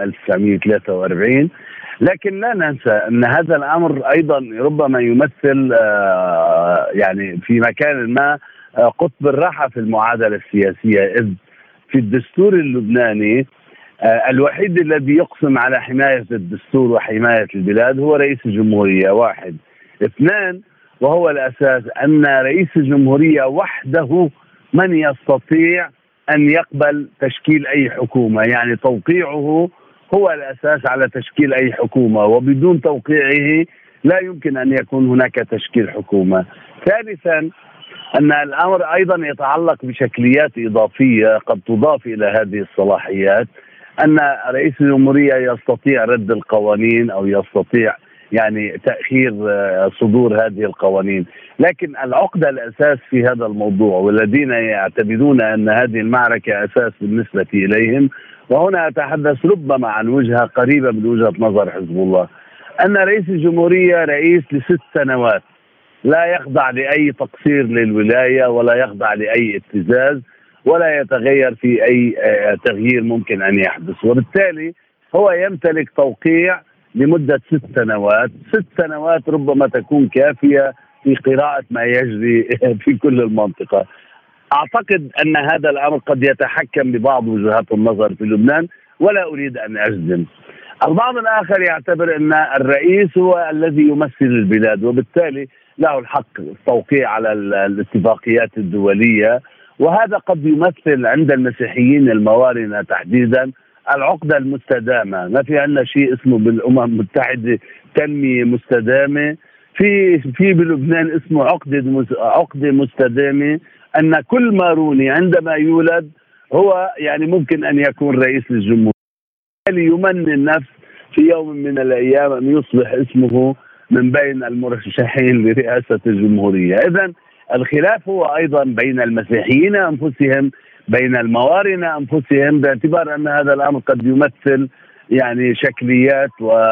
1943، لكن لا ننسى أن هذا الأمر أيضا ربما يمثل يعني في مكان ما قطب الراحة في المعادلة السياسية، إذ في الدستور اللبناني الوحيد الذي يقسم على حماية الدستور وحماية البلاد هو رئيس الجمهورية. واحد. اثنان، وهو الأساس، أن رئيس الجمهورية وحده من يستطيع أن يقبل تشكيل أي حكومة، يعني توقيعه هو الأساس على تشكيل أي حكومة، وبدون توقيعه لا يمكن أن يكون هناك تشكيل حكومة. ثالثا، أن الأمر أيضا يتعلق بشكليات إضافية قد تضاف إلى هذه الصلاحيات، أن رئيس الجمهورية يستطيع رد القوانين أو يستطيع يعني تأخير صدور هذه القوانين. لكن العقدة الأساس في هذا الموضوع، والذين يعتبرون أن هذه المعركة أساس بالنسبة إليهم، وهنا أتحدث ربما عن وجهة قريبة من وجهة نظر حزب الله، أن رئيس الجمهورية رئيس ل6 سنوات، لا يخضع لأي تقصير للولاية ولا يخضع لأي ابتزاز ولا يتغير في أي تغيير ممكن أن يحدث، وبالتالي هو يمتلك توقيع لمدة 6 سنوات. 6 سنوات ربما تكون كافية في قراءة ما يجري في كل المنطقة. أعتقد أن هذا الأمر قد يتحكم ببعض وجهات النظر في لبنان، ولا أريد أن أجزم. البعض الآخر يعتبر أن الرئيس هو الذي يمثل البلاد، وبالتالي له الحق التوقيع على الاتفاقيات الدولية، وهذا قد يمثل عند المسيحيين الموارنة تحديدا العقدة المستدامة. ما في عندنا شيء اسمه بالأمم المتحدة تنمية مستدامة، في بلبنان اسمه عقدة مستدامة، أن كل ماروني عندما يولد هو يعني ممكن أن يكون رئيس للجمهورية، يمني النفس في يوم من الأيام أن يصبح اسمه من بين المرشحين لرئاسة الجمهورية. إذن الخلاف هو أيضا بين المسيحيين أنفسهم، بين الموارنة أنفسهم، باعتبار أن هذا الأمر قد يمثل يعني شكليات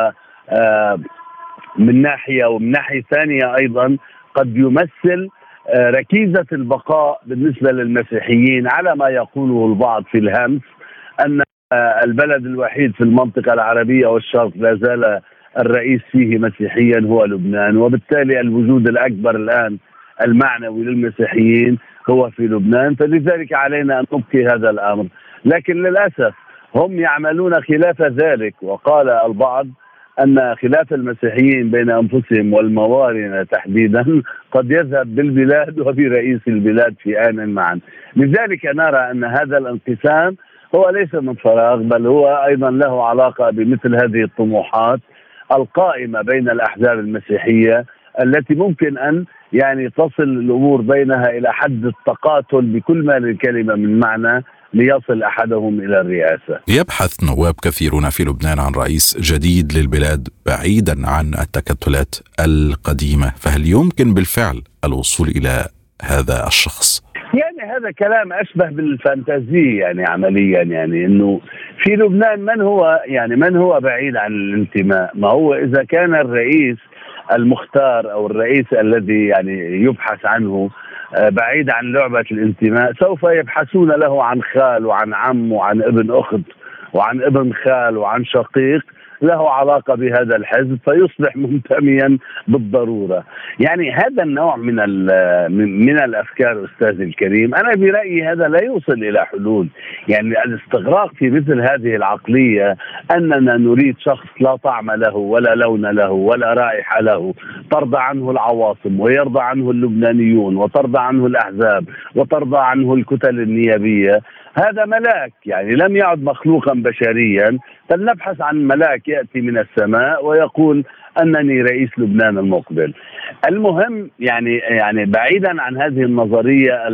من ناحية، ومن ناحية ثانية أيضا قد يمثل ركيزة البقاء بالنسبة للمسيحيين، على ما يقوله البعض في الهمس أن البلد الوحيد في المنطقة العربية والشرق لا زال الرئيس فيه مسيحيا هو لبنان، وبالتالي الوجود الأكبر الآن المعنوي للمسيحيين هو في لبنان، فلذلك علينا أن نبقي هذا الأمر. لكن للأسف هم يعملون خلاف ذلك، وقال البعض أن خلاف المسيحيين بين أنفسهم والموارنة تحديدا قد يذهب بالبلاد وبرئيس البلاد في آن معا. لذلك نرى أن هذا الانقسام هو ليس من فراغ، بل هو أيضا له علاقة بمثل هذه الطموحات القائمة بين الأحزاب المسيحية، التي ممكن أن يعني تصل الأمور بينها إلى حد التقاتل بكل ما للكلمة من معنى ليصل أحدهم إلى الرئاسة. يبحث نواب كثيرون في لبنان عن رئيس جديد للبلاد بعيدا عن التكتلات القديمة، فهل يمكن بالفعل الوصول إلى هذا الشخص؟ يعني هذا كلام أشبه بالفانتازي، يعني عمليا يعني إنه في لبنان من هو بعيد عن الانتماء؟ ما هو إذا كان الرئيس المختار أو الرئيس الذي يعني يبحث عنه بعيد عن لعبة الانتماء، سوف يبحثون له عن خال وعن عم وعن ابن أخت وعن ابن خال وعن شقيق له علاقة بهذا الحزب، فيصبح منتميا بالضرورة. يعني هذا النوع من الأفكار أستاذ الكريم، أنا برأيي هذا لا يوصل إلى حلول. يعني الاستغراق في مثل هذه العقلية أننا نريد شخص لا طعم له ولا لون له ولا رائحة له، ترضى عنه العواصم ويرضى عنه اللبنانيون وترضى عنه الأحزاب وترضى عنه الكتل النيابية، هذا ملاك يعني لم يعد مخلوقا بشريا. فلنبحث عن ملاك يأتي من السماء ويقول أنني رئيس لبنان المقبل. المهم يعني بعيدا عن هذه النظرية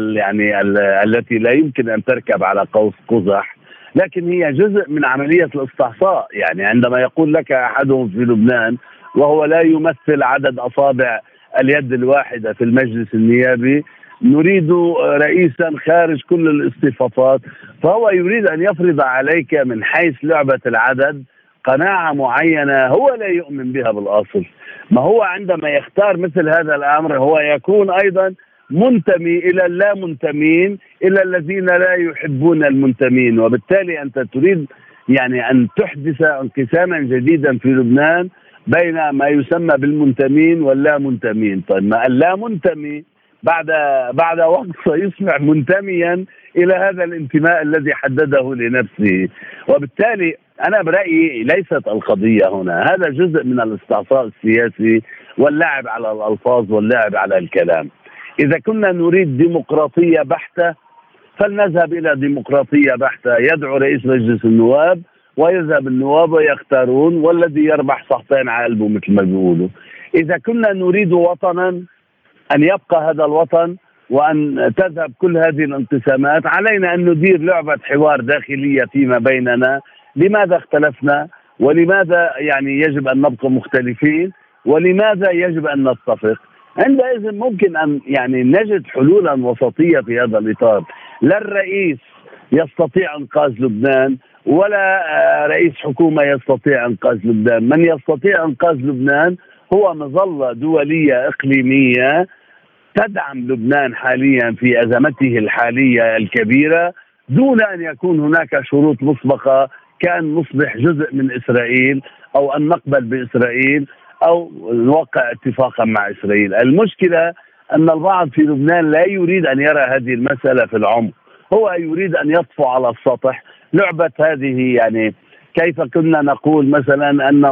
التي لا يمكن أن تركب على قوس قزح، لكن هي جزء من عملية الاستحصاء. يعني عندما يقول لك أحدهم في لبنان وهو لا يمثل عدد أصابع اليد الواحدة في المجلس النيابي، نريد رئيسا خارج كل الاصطفافات، فهو يريد أن يفرض عليك من حيث لعبة العدد قناعة معينة هو لا يؤمن بها بالأصل. ما هو عندما يختار مثل هذا الأمر هو يكون أيضا منتمي إلى اللا منتمين، إلى الذين لا يحبون المنتمين، وبالتالي أنت تريد يعني أن تحدث انقساما جديدا في لبنان بين ما يسمى بالمنتمين واللا منتمين. طيب ما اللا منتمي بعد وقت سيصبح منتميا إلى هذا الانتماء الذي حدده لنفسه. وبالتالي أنا برأيي ليست القضية هنا، هذا جزء من الاستعصاء السياسي واللعب على الألفاظ واللعب على الكلام. إذا كنا نريد ديمقراطية بحتة فلنذهب إلى ديمقراطية بحتة، يدعو رئيس مجلس النواب ويذهب النواب ويختارون، والذي يربح صحتين على قلبه مثل ما بيقولوا. إذا كنا نريد وطنا أن يبقى هذا الوطن وأن تذهب كل هذه الانقسامات، علينا أن ندير لعبة حوار داخلية فيما بيننا. لماذا اختلفنا؟ ولماذا يجب أن نبقى مختلفين؟ ولماذا يجب أن نتفق؟ عندئذ ممكن أن نجد حلولا وسطية في هذا الإطار. لا الرئيس يستطيع إنقاذ لبنان ولا رئيس حكومة يستطيع إنقاذ لبنان. من يستطيع إنقاذ لبنان هو مظلة دولية إقليمية تدعم لبنان حاليا في أزمته الحالية الكبيرة، دون أن يكون هناك شروط مسبقة كان نصبح جزء من إسرائيل أو أن نقبل بإسرائيل أو نوقع اتفاقا مع إسرائيل. المشكلة أن البعض في لبنان لا يريد أن يرى هذه المسألة في العمق، هو يريد أن يطفو على السطح. لعبة هذه كيف كنا نقول مثلا أن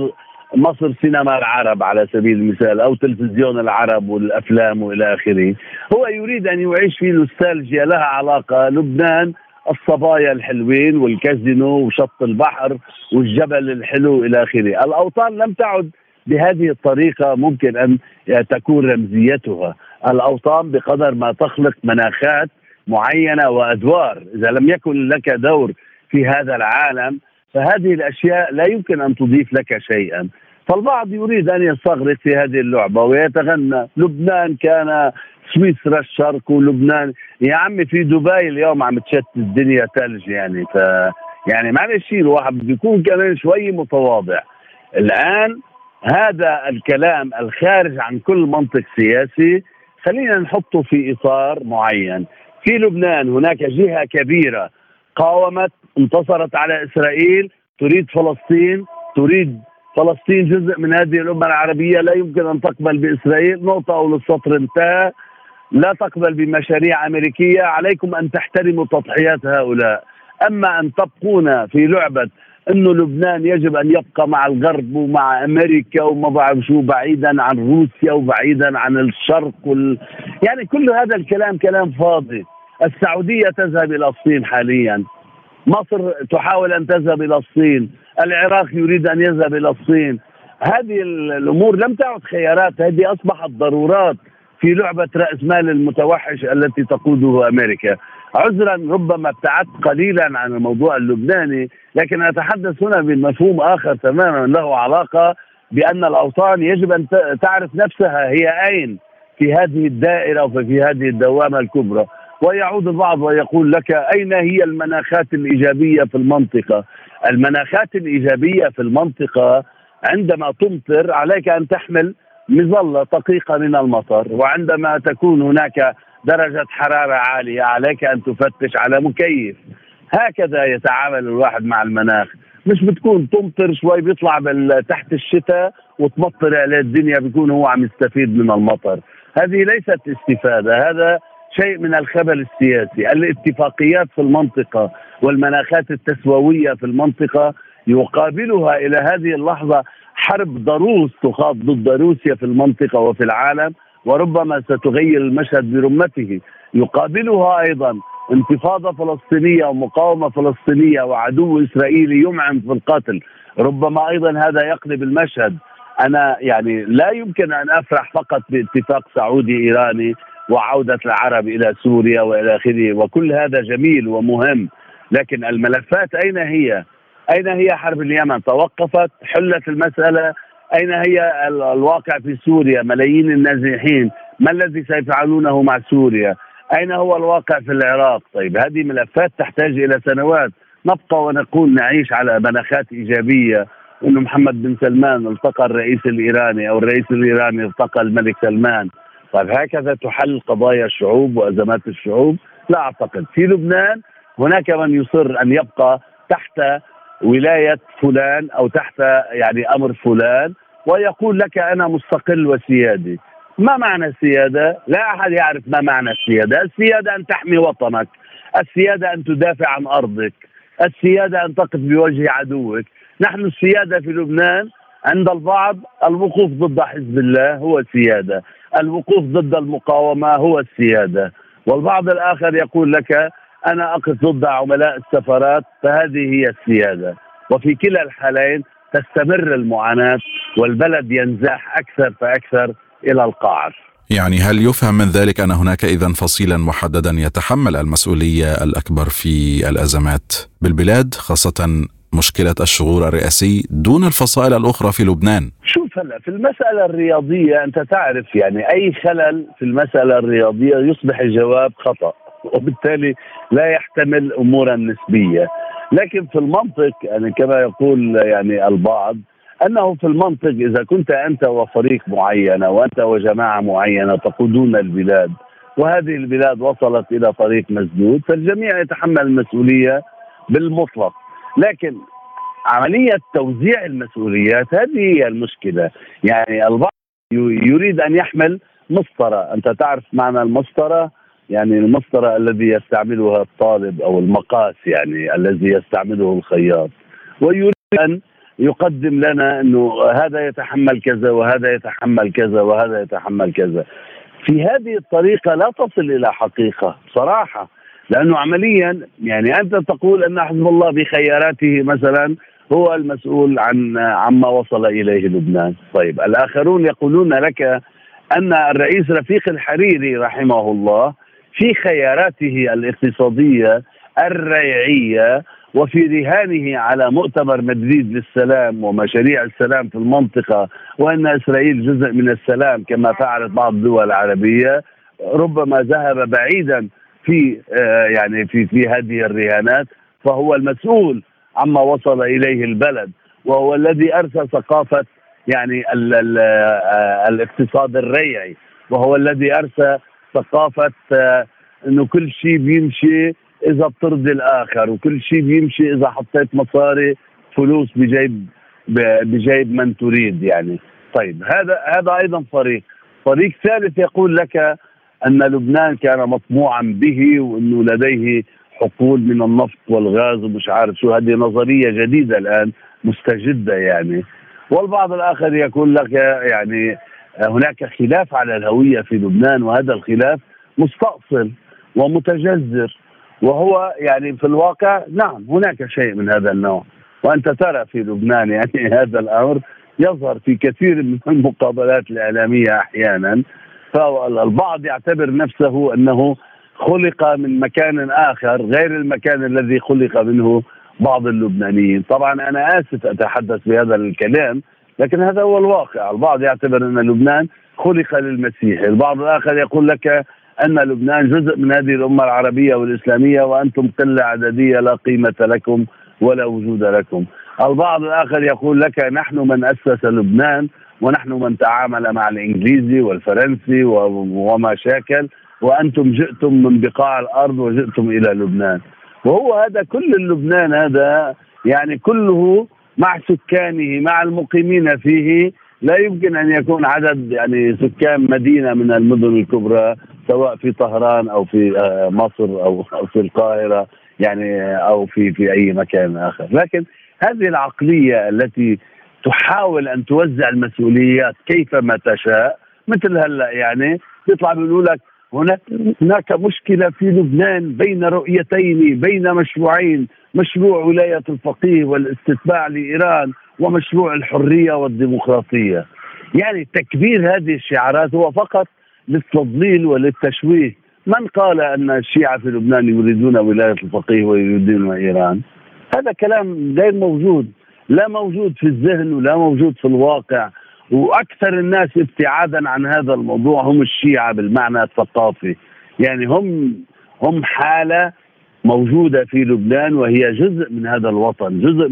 مصر سينما العرب على سبيل المثال، أو تلفزيون العرب والأفلام وإلى آخره. هو يريد أن يعيش في نوستالجيا لها علاقة لبنان، الصبايا الحلوين والكازينو وشط البحر والجبل الحلو إلى آخره. الأوطان لم تعد بهذه الطريقة ممكن أن تكون رمزيتها. الأوطان بقدر ما تخلق مناخات معينة وأدوار، إذا لم يكن لك دور في هذا العالم فهذه الأشياء لا يمكن أن تضيف لك شيئا. فالبعض يريد أن يستغرق في هذه اللعبة ويتغنى لبنان كان سويسرا الشرق، ولبنان يا عمي في دبي اليوم عم تشت الدنيا ثلج معلش الواحد بيكون كمان شوي متواضع. الآن هذا الكلام الخارج عن كل منطق سياسي خلينا نحطه في إطار معين. في لبنان هناك جهة كبيرة قاومت، انتصرت على إسرائيل، تريد فلسطين جزء من هذه الأمة العربية، لا يمكن أن تقبل بإسرائيل، نقطة أول السطر انتهى. لا تقبل بمشاريع أمريكية، عليكم أن تحترموا تضحيات هؤلاء. أما أن تبقون في لعبة أنه لبنان يجب أن يبقى مع الغرب ومع أمريكا وما بعرف شو، بعيدا عن روسيا وبعيدا عن الشرق كل هذا الكلام كلام فاضي. السعودية تذهب إلى الصين حاليا، مصر تحاول أن تذهب إلى الصين، العراق يريد أن يذهب إلى الصين. هذه الأمور لم تعد خيارات، هذه أصبحت ضرورات في لعبة رأس مال المتوحش التي تقوده أمريكا. عذرا ربما ابتعدت قليلا عن الموضوع اللبناني، لكن أتحدث هنا بمفهوم آخر تماما له علاقة بأن الأوطان يجب أن تعرف نفسها هي أين في هذه الدائرة وفي هذه الدوامة الكبرى. ويعود البعض ويقول لك أين هي المناخات الإيجابية في المنطقة؟ المناخات الإيجابية في المنطقة عندما تمطر عليك أن تحمل مظلة دقيقة من المطر، وعندما تكون هناك درجة حرارة عالية عليك أن تفتش على مكيف. هكذا يتعامل الواحد مع المناخ، مش بتكون تمطر شوي بيطلع تحت الشتاء وتمطر على الدنيا بيكون هو عم يستفيد من المطر. هذه ليست استفادة، هذا شيء من الخبل السياسي. الاتفاقيات في المنطقة والمناخات التسوية في المنطقة يقابلها إلى هذه اللحظة حرب ضروس تخاض ضد روسيا في المنطقة وفي العالم، وربما ستغير المشهد برمته. يقابلها أيضا انتفاضة فلسطينية ومقاومة فلسطينية وعدو إسرائيلي يمعن في القتل، ربما أيضا هذا يقلب المشهد. أنا لا يمكن أن أفرح فقط باتفاق سعودي إيراني وعودة العرب إلى سوريا وإلى آخره، وكل هذا جميل ومهم، لكن الملفات أين هي؟ أين هي حرب اليمن؟ توقفت؟ حلت المسألة؟ أين هي الواقع في سوريا؟ ملايين النازحين، ما الذي سيفعلونه مع سوريا؟ أين هو الواقع في العراق؟ طيب هذه ملفات تحتاج إلى سنوات. نبقى ونقول نعيش على مناخات إيجابية، إنه محمد بن سلمان التقى الرئيس الإيراني أو الرئيس الإيراني التقى الملك سلمان. طيب هكذا تحل قضايا الشعوب وأزمات الشعوب؟ لا أعتقد. في لبنان هناك من يصر أن يبقى تحت ولاية فلان أو تحت أمر فلان، ويقول لك أنا مستقل وسيادي. ما معنى السيادة؟ لا أحد يعرف ما معنى السيادة. السيادة أن تحمي وطنك، السيادة أن تدافع عن أرضك، السيادة أن تقف بوجه عدوك. نحن السيادة في لبنان عند البعض الوقوف ضد حزب الله هو السيادة، الوقوف ضد المقاومة هو السيادة، والبعض الآخر يقول لك أنا أقف ضد عملاء السفارات، فهذه هي السيادة. وفي كلا الحالين تستمر المعاناة والبلد ينزاح أكثر فأكثر إلى القعر. يعني هل يفهم من ذلك أن هناك إذن فصيلا محددا يتحمل المسؤولية الأكبر في الأزمات بالبلاد، خاصة مشكلة الشغور الرئاسي دون الفصائل الأخرى في لبنان؟ شوف هلا في المسألة الرياضية أنت تعرف يعني أي خلل في المسألة الرياضية يصبح الجواب خطأ، وبالتالي لا يحتمل أمورا نسبية. لكن في المنطق يعني كما يقول يعني البعض أنه في المنطق إذا كنت أنت وفريق معينة وأنت وجماعة معينة تقودون البلاد وهذه البلاد وصلت إلى طريق مسدود، فالجميع يتحمل المسؤولية بالمطلق. لكن عملية توزيع المسؤوليات هذه هي المشكلة. يعني البعض يريد أن يحمل مسطرة، أنت تعرف معنى المسطرة، يعني المسطرة الذي يستعملها الطالب أو المقاس يعني الذي يستعمله الخياط، ويريد أن يقدم لنا أنه هذا يتحمل كذا وهذا يتحمل كذا وهذا يتحمل كذا. في هذه الطريقة لا تصل إلى حقيقة صراحة، لأنه عمليا يعني أنت تقول أن حزب الله بخياراته مثلا هو المسؤول عما وصل إليه لبنان. طيب الآخرون يقولون لك أن الرئيس رفيق الحريري رحمه الله في خياراته الاقتصادية الريعية وفي رهانه على مؤتمر مدريد للسلام ومشاريع السلام في المنطقة، وأن إسرائيل جزء من السلام كما فعلت بعض الدول العربية، ربما ذهب بعيدا في يعني في هذه الرهانات، فهو المسؤول عما وصل إليه البلد، وهو الذي أرسى ثقافة يعني الاقتصاد الريعي، وهو الذي أرسى ثقافة أنه كل شيء بيمشي إذا بترضي الآخر، وكل شيء بيمشي إذا حطيت مصاري فلوس بجيب من تريد يعني. طيب هذا أيضا فريق ثالث يقول لك أن لبنان كان مطموعا به وأنه لديه حقول من النفط والغاز ومش عارف شو، هذه نظرية جديدة الآن مستجدة يعني. والبعض الآخر يقول لك يعني هناك خلاف على الهوية في لبنان، وهذا الخلاف مستأصل ومتجذر، وهو يعني في الواقع نعم هناك شيء من هذا النوع، وأنت ترى في لبنان يعني هذا الأمر يظهر في كثير من المقابلات الإعلامية أحيانا. فالبعض يعتبر نفسه أنه خلق من مكان آخر غير المكان الذي خلق منه بعض اللبنانيين. طبعا أنا آسف أتحدث بهذا الكلام، لكن هذا هو الواقع. البعض يعتبر أن لبنان خلق للمسيح، البعض الآخر يقول لك أن لبنان جزء من هذه الأمة العربية والإسلامية وأنتم قلة عددية لا قيمة لكم ولا وجود لكم. البعض الآخر يقول لك نحن من أسس لبنان، ونحن من تعامل مع الإنجليزي والفرنسي وما شاكل، وأنتم جئتم من بقاع الأرض وجئتم إلى لبنان. وهو هذا كل اللبنان هذا يعني كله مع سكانه مع المقيمين فيه لا يمكن أن يكون عدد يعني سكان مدينة من المدن الكبرى سواء في طهران أو في مصر أو في القاهرة يعني أو في أي مكان آخر. لكن هذه العقلية التي تحاول أن توزع المسؤوليات كيفما تشاء، مثل هلا يعني يطلع بيقولوا لك هناك مشكلة في لبنان بين رؤيتين بين مشروعين، مشروع ولاية الفقيه والاستتباع لإيران ومشروع الحرية والديمقراطية. يعني تكبير هذه الشعارات هو فقط للتضليل وللتشويه. من قال أن الشيعة في لبنان يريدون ولاية الفقيه ويريدون إيران؟ هذا كلام غير موجود، لا موجود في الذهن ولا موجود في الواقع. وأكثر الناس ابتعادا عن هذا الموضوع هم الشيعة بالمعنى الثقافي، يعني هم حالة موجودة في لبنان وهي جزء من هذا الوطن، جزء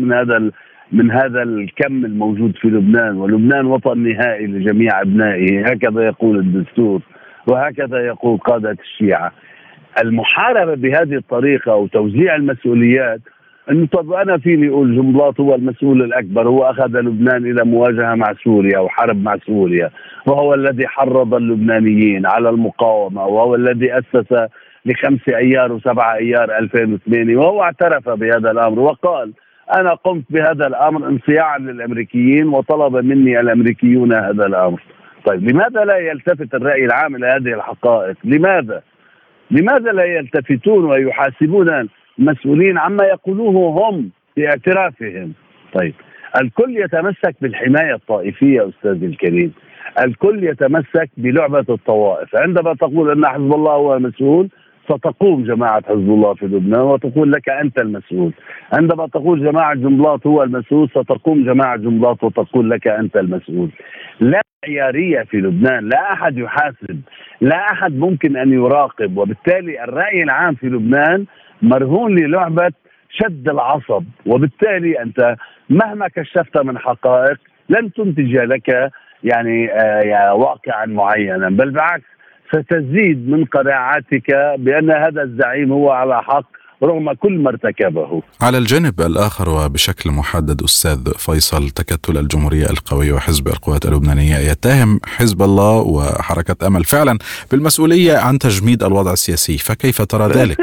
من هذا الكم الموجود في لبنان. ولبنان وطن نهائي لجميع أبنائه، هكذا يقول الدستور وهكذا يقول قادة الشيعة. المحاربة بهذه الطريقة وتوزيع المسؤوليات انه طب انا فيني اقول جنبلاط هو المسؤول الاكبر، هو اخذ لبنان الى مواجهه مع سوريا وحرب مع سوريا، وهو الذي حرض اللبنانيين على المقاومه، وهو الذي اسس ل5 ايار و7 ايار 2008، وهو اعترف بهذا الامر وقال انا قمت بهذا الامر انصياعا للامريكيين وطلب مني الامريكيون هذا الامر. طيب لماذا لا يلتفت الراي العام الى هذه الحقائق؟ لماذا لا يلتفتون ويحاسبون المسؤولين عما يقولوه هم في اعترافهم؟ طيب الكل يتمسك بالحماية الطائفية أستاذ الكريم، الكل يتمسك بلعبة الطوائف. عندما تقول أن حزب الله هو المسؤول ستقوم جماعة حزب الله في لبنان وتقول لك أنت المسؤول، عندما تقول جماعة جنبلاط هو المسؤول ستقوم جماعة جنبلاط وتقول لك أنت المسؤول. لا معيارية في لبنان، لا أحد يحاسب، لا أحد ممكن أن يراقب، وبالتالي الرأي العام في لبنان مرهون للعبة شد العصب، وبالتالي أنت مهما كشفت من حقائق لن تنتج لك يعني واقعا معينا، بل بالعكس ستزيد من قناعاتك بأن هذا الزعيم هو على حق رغم كل ما ارتكبه. على الجانب الآخر وبشكل محدد أستاذ فيصل، تكتل الجمهورية القوية وحزب القوات اللبنانية يتهم حزب الله وحركة أمل فعلا بالمسؤولية عن تجميد الوضع السياسي، فكيف ترى ذلك؟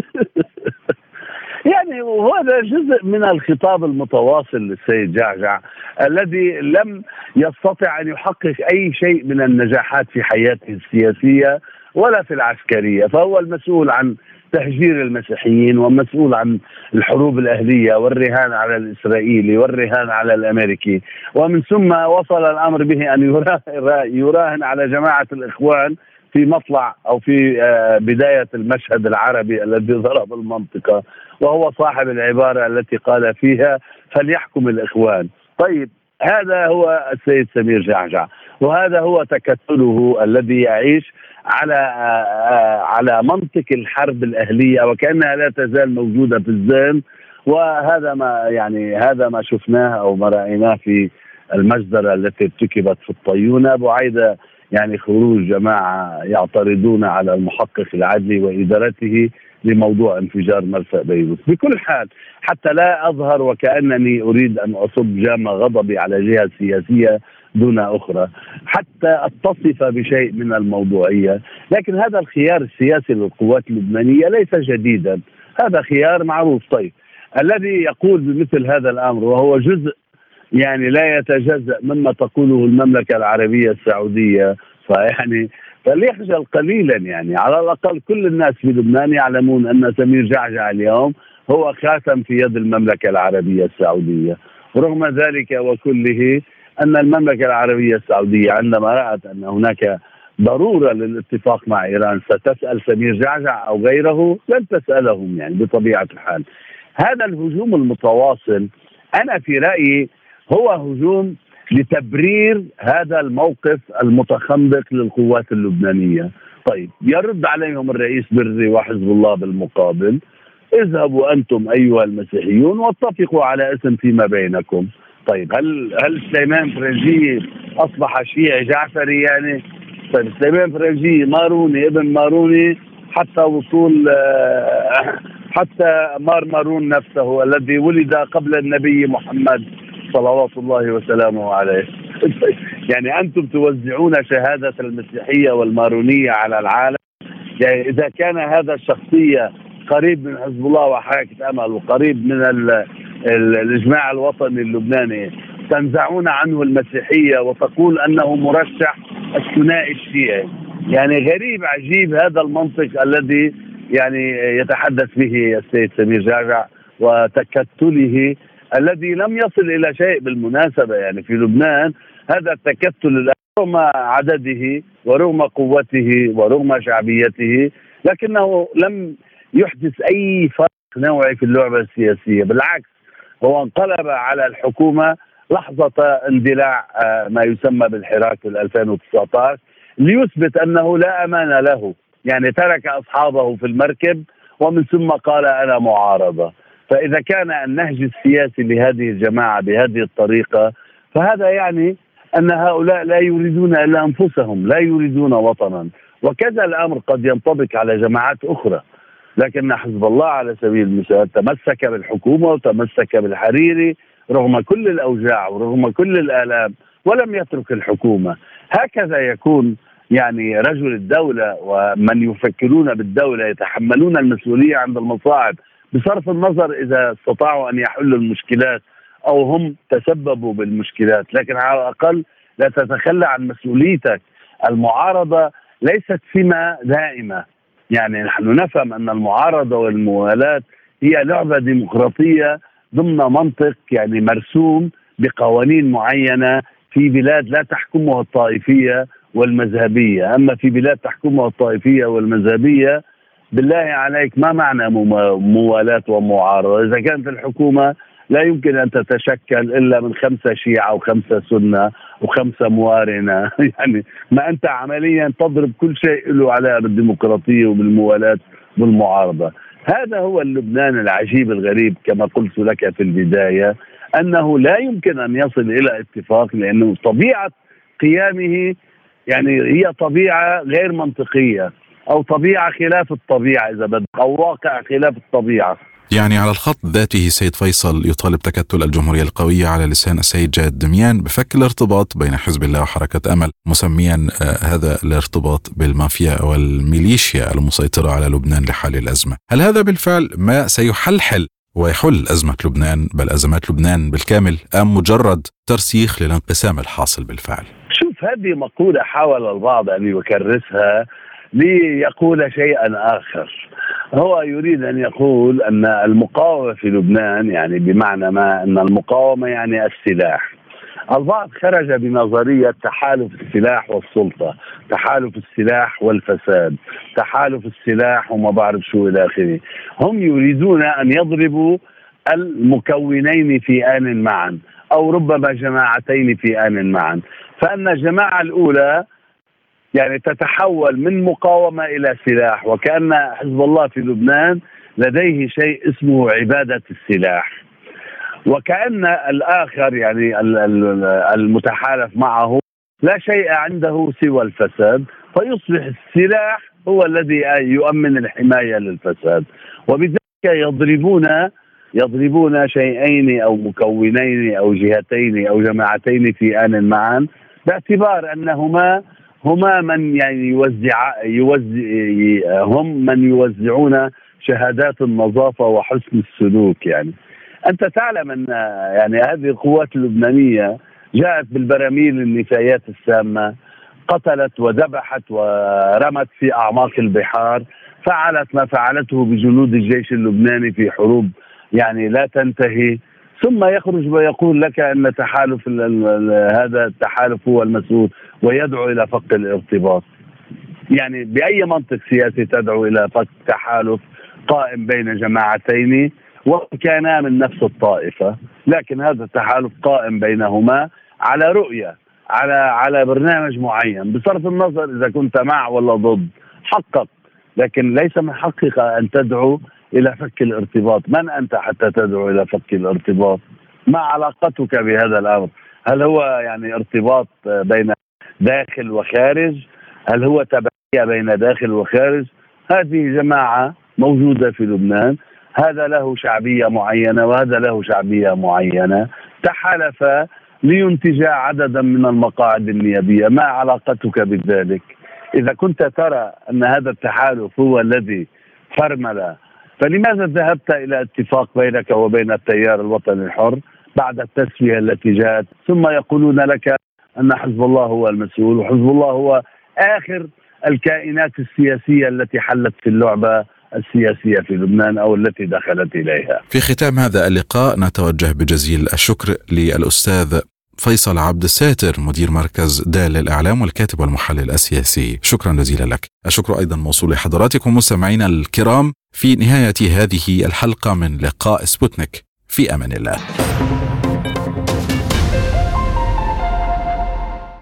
يعني وهذا جزء من الخطاب المتواصل للسيد جعجع الذي لم يستطع أن يحقق أي شيء من النجاحات في حياته السياسية ولا في العسكرية، فهو المسؤول عن تهجير المسيحيين ومسؤول عن الحروب الأهلية والرهان على الإسرائيلي والرهان على الأمريكي، ومن ثم وصل الأمر به أن يراهن على جماعة الإخوان في مطلع أو في بداية المشهد العربي الذي ضرب المنطقة، وهو صاحب العبارة التي قال فيها فليحكم الإخوان. طيب هذا هو السيد سمير جعجع، وهذا هو تكتله الذي يعيش على منطق الحرب الأهلية وكأنها لا تزال موجودة في الذهن، وهذا ما شفناه أو ما رأيناه في المجزرة التي ارتكبت في الطيونة بعيد يعني خروج جماعة يعترضون على المحقق العدلي وإدارته لموضوع انفجار مرفأ بيروت. بكل حال حتى لا أظهر وكأنني أريد أن أصب جام غضبي على جهة سياسية دون أخرى، حتى أتصف بشيء من الموضوعية، لكن هذا الخيار السياسي للقوات اللبنانية ليس جديدا، هذا خيار معروف. طيب الذي يقول بمثل هذا الأمر وهو جزء يعني لا يتجزأ مما تقوله المملكة العربية السعودية فليخجل قليلا. يعني على الأقل كل الناس في لبنان يعلمون أن سمير جعجع اليوم هو خاتم في يد المملكة العربية السعودية، ورغم ذلك وكله أن المملكة العربية السعودية عندما رأت أن هناك ضرورة للاتفاق مع إيران ستسأل سمير جعجع أو غيره؟ لن تسألهم يعني بطبيعة الحال. هذا الهجوم المتواصل أنا في رأيي هو هجوم لتبرير هذا الموقف المتخندق للقوات اللبنانية. طيب يرد عليهم الرئيس بري وحزب الله بالمقابل اذهبوا أنتم أيها المسيحيون واتفقوا على اسم فيما بينكم. طيب هل سليمان فرنجي أصبح شيعي جعفري يعني؟ طيب سليمان فرنجي ماروني ابن ماروني حتى وصول حتى مارون نفسه الذي ولد قبل النبي محمد صلوات الله وسلامه عليه. يعني أنتم توزعون شهادة المسيحية والمارونية على العالم. يعني إذا كان هذا الشخصية قريب من حزب الله وحركة أمل وقريب من الإجماع الوطني اللبناني تنزعون عنه المسيحية وتقول أنه مرشح الثنائي الشيعي، يعني غريب عجيب هذا المنطق الذي يعني يتحدث به السيد سمير جعجع وتكتله الذي لم يصل إلى شيء بالمناسبة. يعني في لبنان هذا التكتل رغم عدده ورغم قوته ورغم شعبيته لكنه لم يحدث أي فرق نوعي في اللعبة السياسية، بالعكس هو انقلب على الحكومة لحظة اندلاع ما يسمى بالحراك في 2019 ليثبت أنه لا أمان له. يعني ترك أصحابه في المركب ومن ثم قال أنا معارضة. فإذا كان النهج السياسي لهذه الجماعة بهذه الطريقة فهذا يعني أن هؤلاء لا يريدون إلا أنفسهم، لا يريدون وطنا. وكذا الأمر قد ينطبق على جماعات أخرى. لكن حزب الله على سبيل المثال تمسك بالحكومة وتمسك بالحريري رغم كل الأوجاع ورغم كل الآلام، ولم يترك الحكومة. هكذا يكون يعني رجل الدولة ومن يفكرون بالدولة يتحملون المسؤولية عند المصاعب، بصرف النظر إذا استطاعوا أن يحلوا المشكلات أو هم تسببوا بالمشكلات، لكن على الأقل لا تتخلى عن مسؤوليتك. المعارضة ليست سمة دائمة، يعني نحن نفهم أن المعارضة والموالاة هي لعبة ديمقراطية ضمن منطق يعني مرسوم بقوانين معينة في بلاد لا تحكمها الطائفية والمذهبية. أما في بلاد تحكمها الطائفية والمذهبية، بالله عليك ما معنى موالاة ومعارضة؟ إذا كانت الحكومة لا يمكن أن تتشكل إلا من 5 شيعة و5 سنة و5 موارنة يعني ما أنت عمليا تضرب كل شيء له علاقة بالديمقراطية وبالموالاة والمعارضة. هذا هو اللبنان العجيب الغريب كما قلت لك في البداية، أنه لا يمكن أن يصل إلى اتفاق، لأنه طبيعة قيامه يعني هي طبيعة غير منطقية، أو طبيعة خلاف الطبيعة إذا بدك، أو واقع خلاف الطبيعة. يعني على الخط ذاته سيد فيصل يطالب تكتل الجمهورية القوية على لسان السيد جاد دميان بفك الارتباط بين حزب الله وحركة أمل، مسميا هذا الارتباط بالمافيا والميليشيا المسيطرة على لبنان لحل الأزمة. هل هذا بالفعل ما سيحل ويحل أزمة لبنان بل أزمات لبنان بالكامل، أم مجرد ترسيخ للانقسام الحاصل بالفعل؟ شوف، هذه مقولة حاول البعض أن يكرسها ليقول شيئا آخر. هو يريد أن يقول أن المقاومة في لبنان يعني بمعنى ما أن المقاومة يعني السلاح. البعض خرج بنظرية تحالف السلاح والسلطة، تحالف السلاح والفساد، تحالف السلاح وما بعرف شو إلى آخره. هم يريدون أن يضربوا المكونين في آن معا، أو ربما جماعتين في آن معا. فأن الجماعة الأولى يعني تتحول من مقاومة إلى سلاح، وكأن حزب الله في لبنان لديه شيء اسمه عبادة السلاح، وكأن الآخر يعني المتحالف معه لا شيء عنده سوى الفساد، فيصبح السلاح هو الذي يؤمن الحماية للفساد. وبذلك يضربون شيئين أو مكونين أو جهتين أو جماعتين في آن معا، باعتبار أنهما من يعني هم من يوزعون شهادات النظافة وحسن السلوك. يعني أنت تعلم أن يعني هذه القوات اللبنانية جاءت بالبراميل النفايات السامة، قتلت وذبحت ورمت في أعماق البحار، فعلت ما فعلته بجنود الجيش اللبناني في حروب يعني لا تنتهي، ثم يخرج ويقول لك أن تحالف هذا التحالف هو المسؤول ويدعو إلى فك الارتباط. يعني بأي منطق سياسي تدعو إلى فك تحالف قائم بين جماعتين وكانا من نفس الطائفة؟ لكن هذا التحالف قائم بينهما على رؤية، على برنامج معين، بصرف النظر إذا كنت مع ولا ضد حقق، لكن ليس من حقك أن تدعو إلى فك الارتباط. من أنت حتى تدعو إلى فك الارتباط؟ ما علاقتك بهذا الأمر؟ هل هو يعني ارتباط بين داخل وخارج؟ هل هو تبعية بين داخل وخارج؟ هذه جماعة موجودة في لبنان، هذا له شعبية معينة وهذا له شعبية معينة، تحالف لينتجا عددا من المقاعد النيابية. ما علاقتك بذلك؟ إذا كنت ترى أن هذا التحالف هو الذي فرمل، فلماذا ذهبت إلى اتفاق بينك وبين التيار الوطني الحر بعد التسوية التي جاءت؟ ثم يقولون لك أن حزب الله هو المسؤول، وحزب الله هو آخر الكائنات السياسية التي حلت في اللعبة السياسية في لبنان أو التي دخلت إليها. في ختام هذا اللقاء نتوجه بجزيل الشكر للأستاذ فيصل عبد الساتر، مدير مركز دال للإعلام والكاتب والمحلل السياسي. شكرا جزيلا لك. الشكر أيضا موصول لحضراتكم مستمعينا الكرام في نهاية هذه الحلقة من لقاء سبوتنيك. في أمان الله.